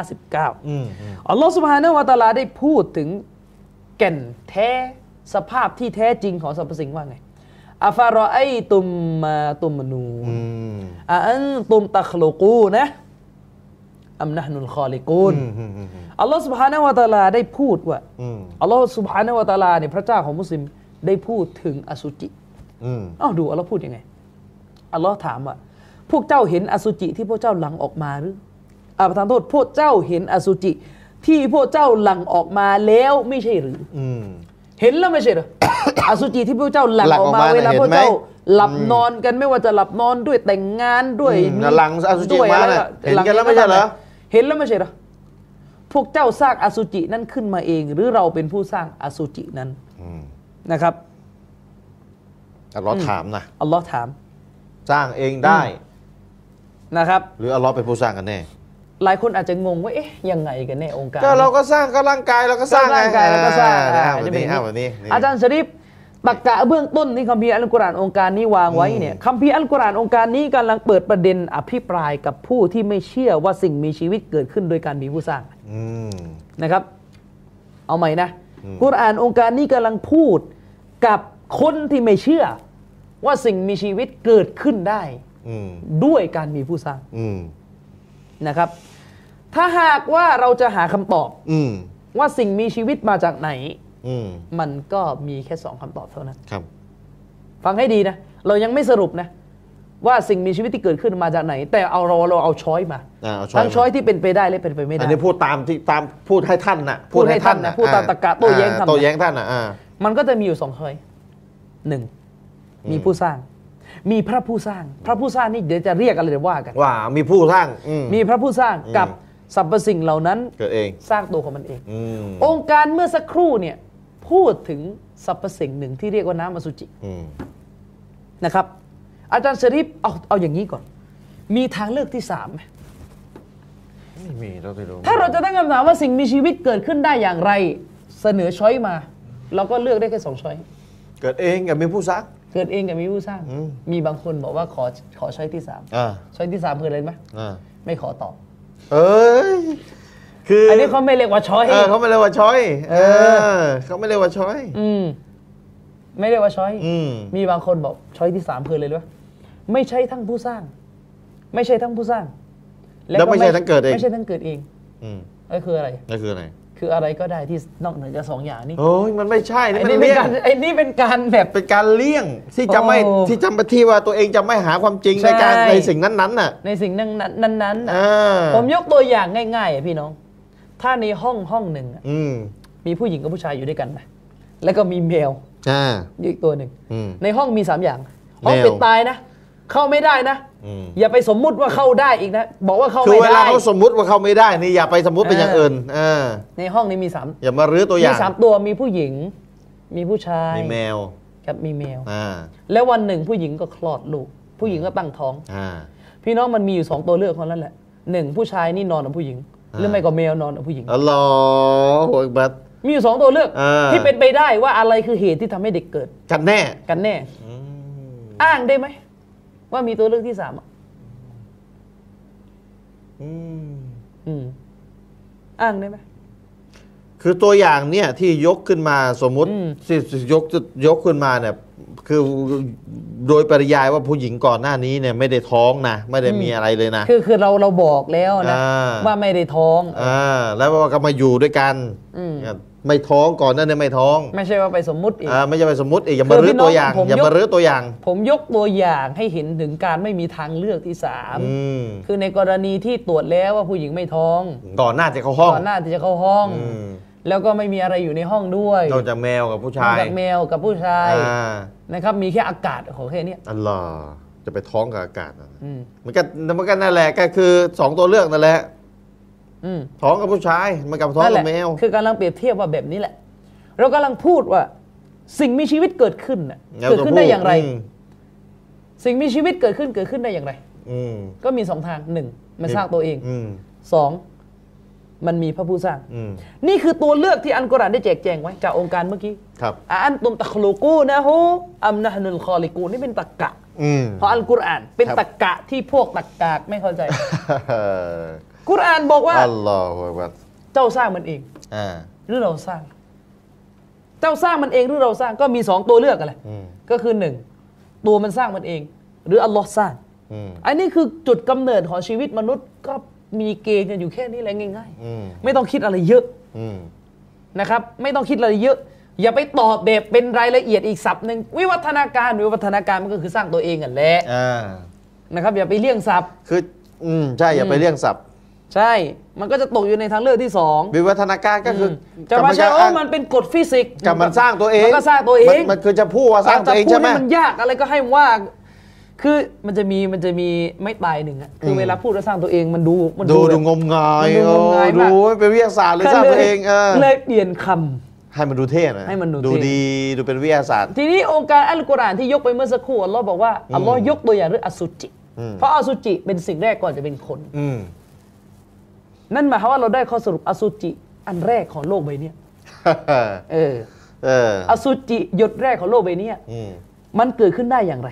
59อัลลอฮฺซุบฮานะฮูวะตะอาลาได้พูดถึงแก่นแท้สภาพที่แท้จริงของสรรพสิ่งว่าไงอัฟารอไอตุมมาตุมนูอันตุมตัคลุกูนะอัมนะฮ์นุลคอลิกูนอัลลอฮฺซุบฮานะฮูวะตะอาลาได้พูดว่าอัลลอฮฺซุบฮานะฮูวะตะอาลาเนี่ยพระเจ้าของมุสลิมได้พูดถึงอสุจิดูอัลลอฮฺพูดยังไงอัลลอฮฺถามว่าพวกเจ้าเห็นอสุจิที่พวกเจ้าหลั่งออกมาหรือประทานโทษพวกเจ้าเห็นอสุจิที่พวกเจ้าหลั่งออกมาแล้วไม่ใช่หรือเห็นแล้วไม่ใช่หรือ อสุจิที่พวกเจ้าหลั่งออกมาเวลาพวกเจ้าหลับนอนกันไม่ว่าจะหลับนอนด้วยแต่งงานด้วยหลั่งอสุจิมาเห็นกันแล้วไม่ใช่เหรอเห็นแล้วไม่ใช่หรอพวกเจ้าสร้างอสุจินั้นขึ้นมาเองหรือเราเป็นผู้สร้างอสุจินั้นนะครับอัลลอฮ์ถามนะอัลลอฮ์ถามสร้างเองได้นะครับหรืออัลเลาะห์เป็นผู้สร้างกันแน่หลายคนอาจจะงงว่าเอ๊ะยังไงกันแน่องค์การก็เราก็สร้างก็ร่างกายเราก็สร้างร่างกายเราก็สร้างแบบนี้อาจารย์ชะริฟตรรกะเบื้องต้นที่คัมภีร์อัลกุรอานองค์การนี้วางไว้เนี่ยคัมภีร์อัลกุรอานองค์การนี้กำลังเปิดประเด็นอภิปรายกับผู้ที่ไม่เชื่อว่าสิ่งมีชีวิตเกิดขึ้นโดยการมีผู้สร้างนะครับเอาใหม่นะกุรอานองค์การนี้กำลังพูดกับคนที่ไม่เชื่อว่าสิ่งมีชีวิตเกิดขึ้นได้ด้วยการมีผู้สร้างนะครับถ้าหากว่าเราจะหาคำตอบว่าสิ่งมีชีวิตมาจากไหนมันก็มีแค่2คำตอบเท่านั้นครับฟังให้ดีนะเรายังไม่สรุปนะว่าสิ่งมีชีวิตที่เกิดขึ้นมาจากไหนแต่เราเอาช้อยมาทั้งช้อยที่เป็นไปได้และเป็นไปไม่ได้อันนี้พูดตามพูดให้ท่านนะพูดให้ท่านนะพูดตามตรรกะโต้แย้งท่านนะมันก็จะมีอยู่2ช้อย1มีผู้สร้างมีพระผู้สร้างพระผู้สร้างนี่เดี๋ยวจะเรียกอะไรเดี๋ยวว่ากันว่ามีผู้สร้างมีพระผู้สร้างกับสรรพสิ่งเหล่านั้นเกิดเองสร้างตัวของมันเององค์การเมื่อสักครู่เนี่ยพูดถึงสรรพสิ่งหนึ่งที่เรียกว่าน้ำอสุจินะครับอาจารย์ชะริฟเอาอย่างนี้ก่อนมีทางเลือกที่3ไหมไม่มีเราไม่รู้ถ้าเราจะตั้งคำถามว่าสิ่งมีชีวิตเกิดขึ้นได้อย่างไรเสนอช้อยมาเราก็เลือกได้แค่2ช้อยเกิดเองกับมีผู้สร้างเกิดเองกับมีผู้สร้างมีบางคนบอกว่าขอช้อยที่3ช้อยที่3คืออะไรไหมไม่ขอตอบคืออันนี้เขาไม่เรียกว่าช้อยเขาไม่เรียกว่าช้อยเขาไม่เรียกว่าช้อยไม่เรียกว่าช้อยมีบางคนบอกช้อยที่3คืออะไรรู้ไหมไม่ใช่ทั้งผู้สร้างไม่ใช่ทั้งผู้สร้างแล้วไม่ใช่ทั้งเกิดเองไม่ใช่ทั้งเกิดเองนั่นคืออะไรคืออะไรก็ได้ที่นอกเหนือจาก2อย่างนี้โอ้ยมันไม่ใช่นี่มันเลี่ยงไอ้นี่เป็นการแบบเป็นการเลี่ยงที่จะไม่ที่จำที่ว่าตัวเองจะไม่หาความจริงในสิ่งนั้นๆน่ะในสิ่งนั้นผมยกตัวอย่างง่ายๆพี่น้องถ้าในห้องหนึ่งมีผู้หญิงกับผู้ชายอยู่ด้วยกันนะแล้วก็มีแมวอยู่อีกตัวหนึ่งในห้องมี3อย่างห้องปิดตายนะเข้าไม่ได้นะอย่าไปสมมุติว่าเข้าได้อีกนะบอกว่าเข้าไม่ได้คือเวลาเขาสมมุติว่าเข้าไม่ได้นี่อย่าไปสมมุติเป็นอย่างอื่นในห้องนี้มี3 อย่ามารื้อตัวอย่างมี3ตัวมีผู้หญิงมีผู้ชายมีแมวกับมีแมวแล้ววันหนึ่งผู้หญิงก็คลอดลูกผู้หญิงก็ตั้งท้องพี่น้องมันมีอยู่2ตัวเลือกคนนั้นแหละ1ผู้ชายนี่นอนกับผู้หญิงหรือไม่ก็แมวนอนกับผู้หญิงอัลลอฮฺอักบัรมีอยู่2ตัวเลือกที่เป็นไปได้ว่าอะไรคือเหตุที่ทำให้เด็กเกิดกันแน่อ้างได้ไหมว่ามีตัวเลือกที่3อ้างได้ไหมคือตัวอย่างเนี่ยที่ยกขึ้นมาสมมุติที่ยกขึ้นมาเนี่ยคือโดยปริยายว่าผู้หญิงก่อนหน้านี้เนี่ยไม่ได้ท้องนะไม่ได้มีอะไรเลยนะคือเราบอกแล้วนะว่าไม่ได้ท้องแล้วว่าก็มาอยู่ด้วยกันไม่ท้องก่อนนั่นเนี่ยไม่ท้องไม่ใช่ว่าไปสมมุติอีกไม่ใช่ไปสมมุติอีกอย่ามารื้อตัวอย่างอย่ามารื้อตัวอย่างผมยกตัวอย่างให้เห็นถึงการไม่มีทางเลือกที่3คือในกรณีที่ตรวจแล้วว่าผู้หญิงไม่ท้องก่อนหน้าจะเข้าห้องแล้วก็ไม่มีอะไรอยู่ในห้องด้วยนอกจากแมวกับผู้ชายนอกจากแมวกับผู้ชายนะครับมีแค่อากาศของแค่นี้อัลลอฮ์จะไปท้องกับอากาศมันก็นั่นแหละก็คือ2ตัวเลือกนั่นแหละท้องกับผู้ชายมันกับท้องกับแมวคือกำลังเปรียบเทียบว่าแบบนี้แหละเรากำลังพูดว่าสิ่งมีชีวิตเกิดขึ้นเกิดขึ้นได้อย่างไรสิ่งมีชีวิตเกิดขึ้นได้อย่างไรก็มี2ทาง1มันสร้างตัวเอง2มันมีพระผู้สร้างนี่คือตัวเลือกที่อัลกุรอานได้แจกแจงไว้จากองค์การเมื่อกี้อันตุมตัคลูกูนะฮูอัมนะฮ์นุลคอลิกูนี่เป็นตรรกะเพราะอัลกุรอานเป็นตรรกะที่พวกตรรกะไม่เข้าใจกุรอานบอกว่าอัลลอฮฺอักบัรเจ้าสร้างมันเองหรือเราสร้างเจ้าสร้างมันเองหรือเราสร้างก็มี2ตัวเลือกกันเลยก็คือ1ตัวมันสร้างมันเองหรืออัลลอฮ์สร้างอันนี้คือจุดกำเนิดของชีวิตมนุษย์ก็มีเกณฑ์กันอยู่แค่นี้แหละง่ายๆไม่ต้องคิดอะไรเยอะนะครับไม่ต้องคิดอะไรเยอะอย่าไปตอบแบบเป็นรายละเอียดอีกศัพท์หนึ่งวิวัฒนาการมันก็คือสร้างตัวเองกันแหละนะครับอย่าไปเลี่ยงศัพท์คือใช่อย่าไปเลี่ยงศัพท์ใช่มันก็จะตกอยู่ในทางเลือกที่2 วิวัฒนาการก็คือจะมาใช้มันเป็นกฎฟิสิกส์กับมันสร้างตัวเองมันก็สร้างตัวเองมันคือจะพูดว่าสร้างตัวเองใช่ไหมมันยากอะไรก็ให้ว่าคือมันจะมีไม่ตายหนึ่งคือเวลาพูดว่าสร้างตัวเองมันดูงมงายดูเป็นวิทยาศาสตร์เลยสร้างตัวเองเลยเปลี่ยนคำให้มันดูเท่นะให้มันดูดีดูเป็นวิทยาศาสตร์ทีนี้องค์การอัลกุรอานที่ยกไปเมื่อสักครู่อัลลอฮ์บอกว่าอัลลอฮ์ยกตัวอย่างเรื่องอสุจิเพราะอสุจิเป็นสิ่งแรกก่อนจะเป็นคน นั่นหมายความว่าเราได้ข้อสรุปอสุจิอันแรกของโลกใบนี้อสุจิหยดแรกของโลกใบนี้มันเกิดขึ้นได้อย่างไร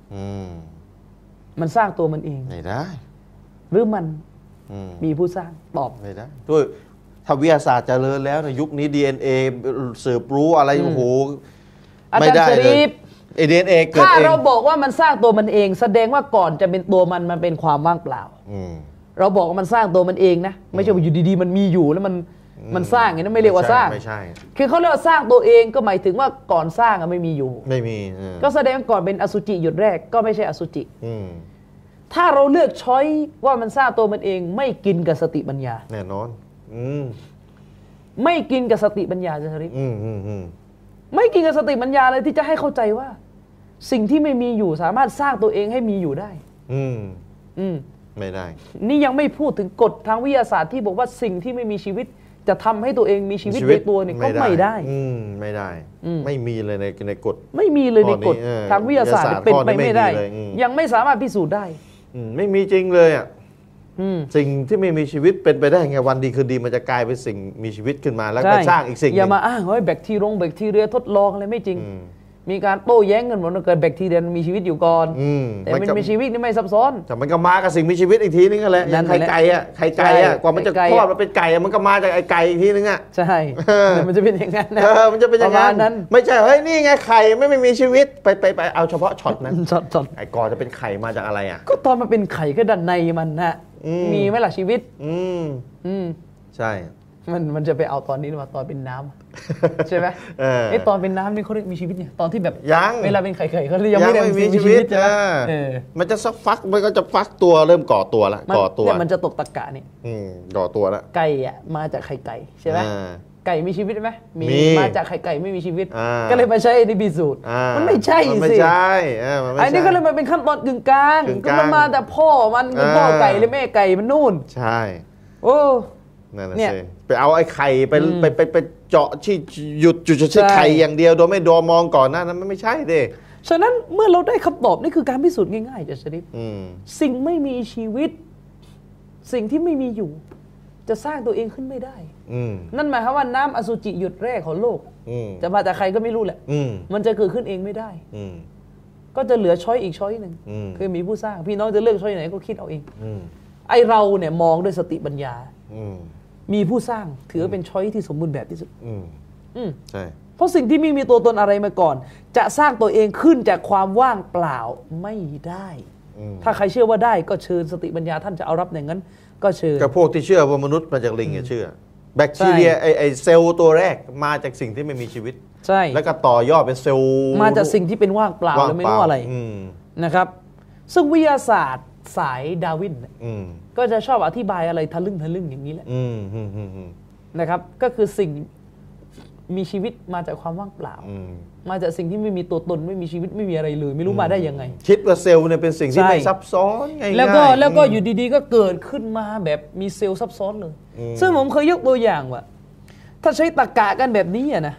มันสร้างตัวมันเองไม่ได้หรือมันมีผู้สร้างตอบไม่ได้ด้วยถ้าวิทยาศาสตร์เจริญแล้วในยุคนี้ DNA สืบรู้อะไรโอ้โหไม่ได้เลยDNA เกิดเองถ้าเราบอกว่ามันสร้างตัวมันเองแสดงว่าก่อนจะเป็นตัวมันเป็นความว่างเปล่าเราบอกว่ามันสร้างตัวมันเองนะไม่ใช่ว่าอยู่ดีๆมันมีอยู่แล้วมันสร้างอย่างนั้นไม่เรียกว่าสร้างไม่ใช่คือเขาเรียกว่าสร้างตัวเองก็หมายถึงว่าก่อนสร้างไม่มีอยู่ไม่มีก็แสดงก่อนเป็นอสุจิหยดแรกก็ไม่ใช่อสุจิถ้าเราเลือกช้อยว่ามันสร้างตัวมันเองไม่กินกับสติปัญญาแน่นอนไม่กินกับสติปัญญาจะริไม่กินกับสติปัญญาเลยที่จะให้เข้าใจว่าสิ่งที่ไม่มีอยู่สามารถสร้างตัวเองให้มีอยู่ได้ไม่ได้นี่ยังไม่พูดถึงกฎทางวิทยาศาสตร์ที่บอกว่าสิ่งที่ไม่มีชีวิตจะทำให้ตัวเองมีชีวิตในตัวนี่ก็ไม่ได้ไม่ได้ไม่มีเลยในกฎไม่มีเลยในกฎทางวิทยาศาสตร์เป็นไปไม่ได้ยังไม่สามารถพิสูจน์ได้ไม่มีจริงเลยอ่ะสิ่งที่ไม่มีชีวิตเป็นไปได้ไงวันดีคืนดีมันจะกลายเป็นสิ่งมีชีวิตขึ้นมาแล้วก็สร้างอีกสิ่งอย่ามาอ้างว่าแบคทีเรียทดลองอะไรไม่จริงมีการโต้แย้งกันหมดว่าเกิดแบคทีเรียมีชีวิตอยู่ก่อนแต่มันมีชีวิตนี่ไม่ซับซ้อนแต่มันก็มากับสิ่งมีชีวิตอีกทีนึงแหละไข่ไก่อ่ะไข่ไก่อ่ะกว่ามันจะคลอดมาเป็นไก่มันก็มาจากไอ้ไก่อีกทีนึงอ่ะใช่มันจะเป็นอย่างนั้นนะมันจะเป็นอย่างนั้นไม่ใช่เฮ้ยนี่ไงไข่ไม่มีชีวิตไปเอาเฉพาะช็อตนั้นช็อตไอ้ก่อนจะเป็นไข่มาจากอะไรอ่ะก็ตอนมันเป็นไข่ก็ดันในมันนะมีไหมล่ะชีวิตใช่มันจะไปเอาตอนนี้มาตอนเป็นน้ำใช่ไหมไอ้ตอนเป็นน้ำนี่เขาเรียกมีชีวิตเนี่ยตอนที่แบบเวลาเป็นไข่เขาเรียกยังไม่ได้มีชีวิตใช่ไหมมันจะสักฟักมันก็จะฟักตัวเริ่มก่อตัวละก่อตัวเนี่ยมันจะตกตะกะนี่ก่อตัวละไก่อ่ะมาจากไข่ไก่ใช่ไหมไก่มีชีวิตไหมมีมาจากไข่ไก่ไม่มีชีวิตก็เลยมาใช้ในพิสูจน์มันไม่ใช่สิไม่ใช่ไอ้นี่ก็เลยมาเป็นขั้นตอนกึ่งกลางมันมาแต่พ่อมันพ่อไก่หรือแม่ไก่มันนู่นใช่โอ้นั่นน่ะสิไปเอาไอ้ไข่ไปเจาะที่หยุดที่ไข่อย่างเดียวโดยไม่ดูมองก่อนหน้านั้นมันไม่ใช่เด้ฉะนั้นเมื่อเราได้คำตอบนี่คือการพิสูจน์ง่ายๆจะชริฟสิ่งไม่มีชีวิตสิ่งที่ไม่มีอยู่จะสร้างตัวเองขึ้นไม่ได้นั่นหมายความว่าน้ำอสุจิหยดแรกของโลกจะมาจากใครก็ไม่รู้แหละมันจะเกิดขึ้นเองไม่ได้ก็จะเหลือช้อยอีกช้อยหนึ่งคือมีผู้สร้างพี่น้องจะเลือกช้อยไหนก็คิดเอาเองไอเราเนี่ยมองด้วยสติปัญญามีผู้สร้างถือเป็นช้อยที่สมบูรณ์แบบที่สุดใช่เพราะสิ่งที่ไม่มีตัวตนอะไรมาก่อนจะสร้างตัวเองขึ้นจากความว่างเปล่าไม่ได้ถ้าใครเชื่อว่าได้ก็เชิญสติปัญญาท่านจะเอารับอย่างนั้นก็เชิญกับพวกที่เชื่อว่ามนุษย์มาจากลิงเชื่อแบคทีเรียไอเซลล์ตัวแรกมาจากสิ่งที่ไม่มีชีวิตใช่แล้วก็ต่อยอดเป็นเซลล์มาจากสิ่งที่เป็นว่างเปล่าหรือไม่รู้อะไรนะครับซึ่งวิทยาศาสตร์สายดาร์วินก็จะชอบอธิบายอะไรทะลึ่งอย่างนี้แหละนะครับก็คือสิ่งมีชีวิตมาจากความว่างเปล่ามาจากสิ่งที่ไม่มีตัวตนไม่มีชีวิตไม่มีอะไรเลยไม่รู้มาได้ยังไงคิดว่าเซลล์เนี่ยเป็นสิ่งที่ไม่ซับซ้อนง่ายๆแล้วก็อยู่ดีๆก็เกิดขึ้นมาแบบมีเซลล์ซับซ้อนเลยซึ่งผมเคยยกตัวอย่างว่าถ้าใช้ตรรกะกันแบบนี้นะ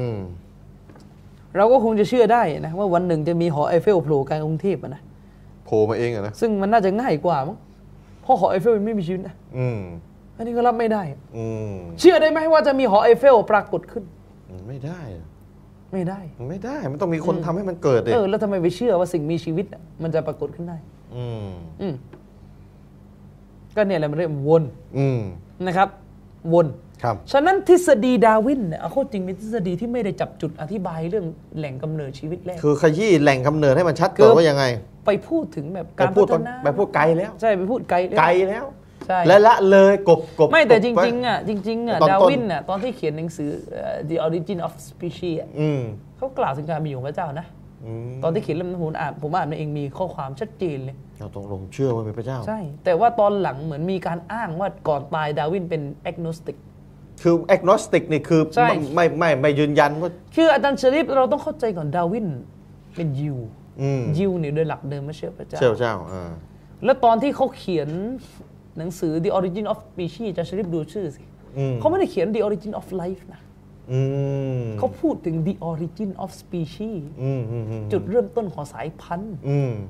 เราก็คงจะเชื่อได้นะว่าวันหนึ่งจะมีหอไอเฟลโผล่กลางกรุงเทพนะโผล่มาเองอะนะซึ่งมันน่าจะง่ายกว่ามั้งเพราะหอไอเฟลมันไม่มีชีวิตนะอันนี้ก็รับไม่ได้เชื่อได้ไหมว่าจะมีหอไอเฟลปรากฏขึ้นไม่ได้ไม่ได้มันต้องมีคนทำให้มันเกิดเลยแล้วทำไมไปเชื่อว่าสิ่งมีชีวิตมันจะปรากฏขึ้นได้ก็เนี่ยแหละมันเรียกวนนะครับวนฉะนั้นทฤษฎีดาร์วินเนี่ยเอาเข้าจริงเป็นทฤษฎีที่ไม่ได้จับจุดอธิบายเรื่องแหล่งกำเนิดชีวิตแรกคือขยี้แหล่งกำเนิดให้มันชัดก่อนว่ายังไงไปพูดถึงแบบการพัฒนาไปพูดไกลแล้วใช่ไปพูดไกลแล้วและละเลยกบไม่แต่จริงๆดาร์วินน่ะตอนที่เขียนหนังสือ The Origin of Species เขากล่าวถึงการมีอยู่ของพระเจ้านะตอนที่เขียนเล่มนั้นผมอ่านเองมีข้อความชัดเจนเลยเราต้องลงเชื่อว่าเป็นพระเจ้าใช่แต่ว่าตอนหลังเหมือนมีการอ้างว่าก่อนตายดาร์วินเป็น agnostic คือ agnostic นี่คือไม่ยืนยันว่าคืออาจารย์ชริฟเราต้องเข้าใจก่อนดาร์วินเป็นยิวเนี่ยโดยหลักเดิมไม่เชื่อพระเจ้าแล้วตอนที่เขาเขียนหนังสือ The Origin of Species จะชริฟดูชื่อสิเขาไม่ได้เขียน The Origin of Life นะเขาพูดถึง The Origin of Species จุดเริ่มต้นของสายพันธุ์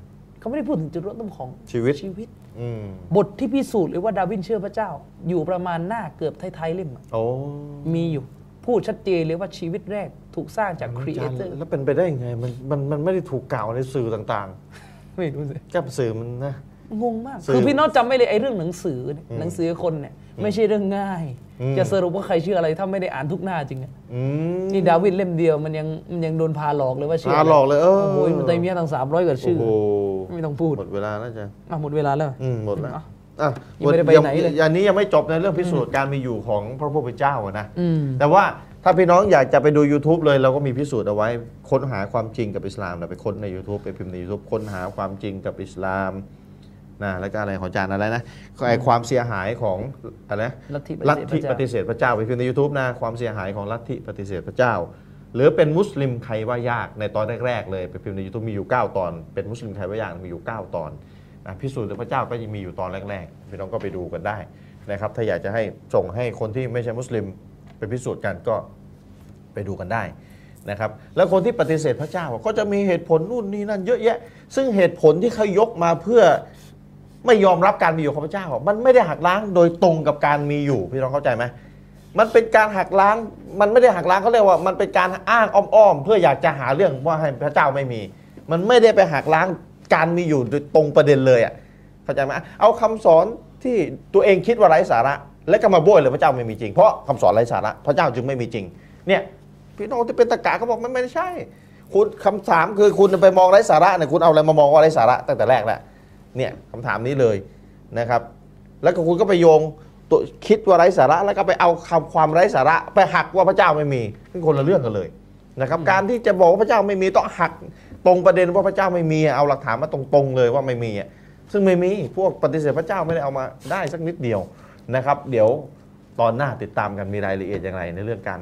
เขาไม่ได้พูดถึงจุดเริ่มต้นของชีวิตบทที่พิสูจน์เลยว่าดาวินเชื่อพระเจ้าอยู่ประมาณหน้าเกือบท้ายๆเล่มมีอยู่พูดชัดเจนเลยว่าชีวิตแรกถูกสร้างจากครีเอเตอร์แล้วเป็นไปได้ยังไงมันไม่ได้ถูกกล่าวในสื่อต่างๆไม่รู้สิกับสื่อมันนะงงมากคือพี่น้องจำไม่เลยไอ้เรื่องหนังสือหนังสือคนเนี่ยไม่ใช่เรื่องง่ายจะสรุปว่าใครเชื่ออะไรถ้าไม่ได้อ่านทุกหน้าจริงนี่ดาวิดเล่มเดียวมันยังโดนพาหลอกเลยว่าเชื่อพาหลอกเลยโอ้โหมันได้มีตั้ง300 กว่าชื่อไม่ต้องพูดหมดเวลาแล้วจ้ะหมดเวลาแล้วหมดแล้วยังไม่ได้ไปไหนเลยอย่างนี้ยังไม่จบในเรื่องพิสูจน์การมีอยู่ของพระผู้เป็นเจ้านะแต่ว่าถ้าพี่น้องอยากจะไปดู YouTube เลยเราก็มีพิสูจน์เอาไว้ค้นหาความจริงกับอิสลามเราไปค้นใน YouTube ไปพิมพ์ใน YouTube ค้นหาความจริงกับอิสลามนะแล้วก็อะไรของอาจารย์อะไรนะไอความเสียหายของอะไรลัทธิปฏิเสธพระเจ้าไปพิมพ์ใน YouTube นะความเสียหายของลัทธิปฏิเสธพระเจ้าหรือเป็นมุสลิมใครว่ายากในตอนแรกๆเลยไปพิมพ์ใน YouTube มีอยู่9 ตอนเป็นมุสลิมใครว่ายากมีอยู่9 ตอนพิสูจน์พระเจ้าก็จะมีอยู่ตอนแรกๆพี่น้องก็ไปดูกันได้นะครับถ้าอยากจะให้ส่งให้คนที่ไม่ใช่มุสลิมไปพิสูจน์กันก็ไปดูกันได้นะครับแล้วคนที่ปฏิเสธพระเจ้าก็จะมีเหตุผลนู่นนี่นั่นเยอะแยะซึ่งเหตุผลที่เขายกมาเพื่อไม่ยอมรับการมีอยู่ของพระเจ้ามันไม่ได้หักล้างโดยตรงกับการมีอยู่พี่น้องเข้าใจไหมมันเป็นการหักล้างมันไม่ได้หักล้างเขาเรียกว่ามันเป็นการอ้างอ้อมๆเพื่ออยากจะหาเรื่องว่าให้พระเจ้าไม่มีมันไม่ได้ไปหักล้างการมีอยู่โดยตรงประเด็นเลยอ่ะเข้าใจไหมเอาคำสอนที่ตัวเองคิดว่าไร้สาระและก็มาโบยเลยพระเจ้าไม่มีจริงเพราะคำสอนไร้สาระพระเจ้าจึงไม่มีจริงเนี่ยพี่น้องที่เป็นตะกะเขาบอกมันไม่ใช่คุณคำถามคือคุณไปมองไร้สาระเนี่ยคุณเอาอะไรมามองว่าไร้สาระตั้งแต่แรกแหละเนี่ยคำถามนี้เลยนะครับแล้วก็คุณก็ไปโยงตัวคิดว่าไร้สาระแล้วก็ไปเอาความไร้สาระไปหักว่าพระเจ้าไม่มีเป็นคนละเรื่องกันเลยนะครับการที่จะบอกว่าพระเจ้าไม่มีต้องหักตรงประเด็นว่าพระเจ้าไม่มีเอาหลักฐานมาตรงๆเลยว่าไม่มีซึ่งไม่มีพวกปฏิเสธพระเจ้าไม่ได้เอามาได้สักนิดเดียวนะครับเดี๋ยวตอนหน้าติดตามกันมีรายละเอียดอย่างไรในเรื่องการ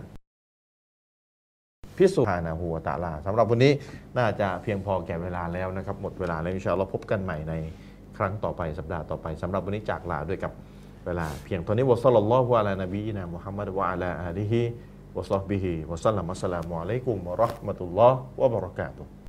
พิสูจน์ฮานะฮูวะตะอาลาสำหรับวันนี้น่าจะเพียงพอแก่เวลาแล้วนะครับหมดเวลาแล้วอินชาอัลลอฮ์พบกันใหม่ในครั้งต่อไปสัปดาห์ต่อไปสำหรับวันนี้จากลาด้วยกับเวลาเพียงเท่านี้วะศ็อลลัลลอฮุอะลานบีนะมุฮัมมัดวะอะลาอาลิฮิวะศอฮบิฮิวะซัลลัมอัสสลามุอะลัยกุมวะเราะห์มะตุลลอฮ์วะบะเราะกาตุฮ์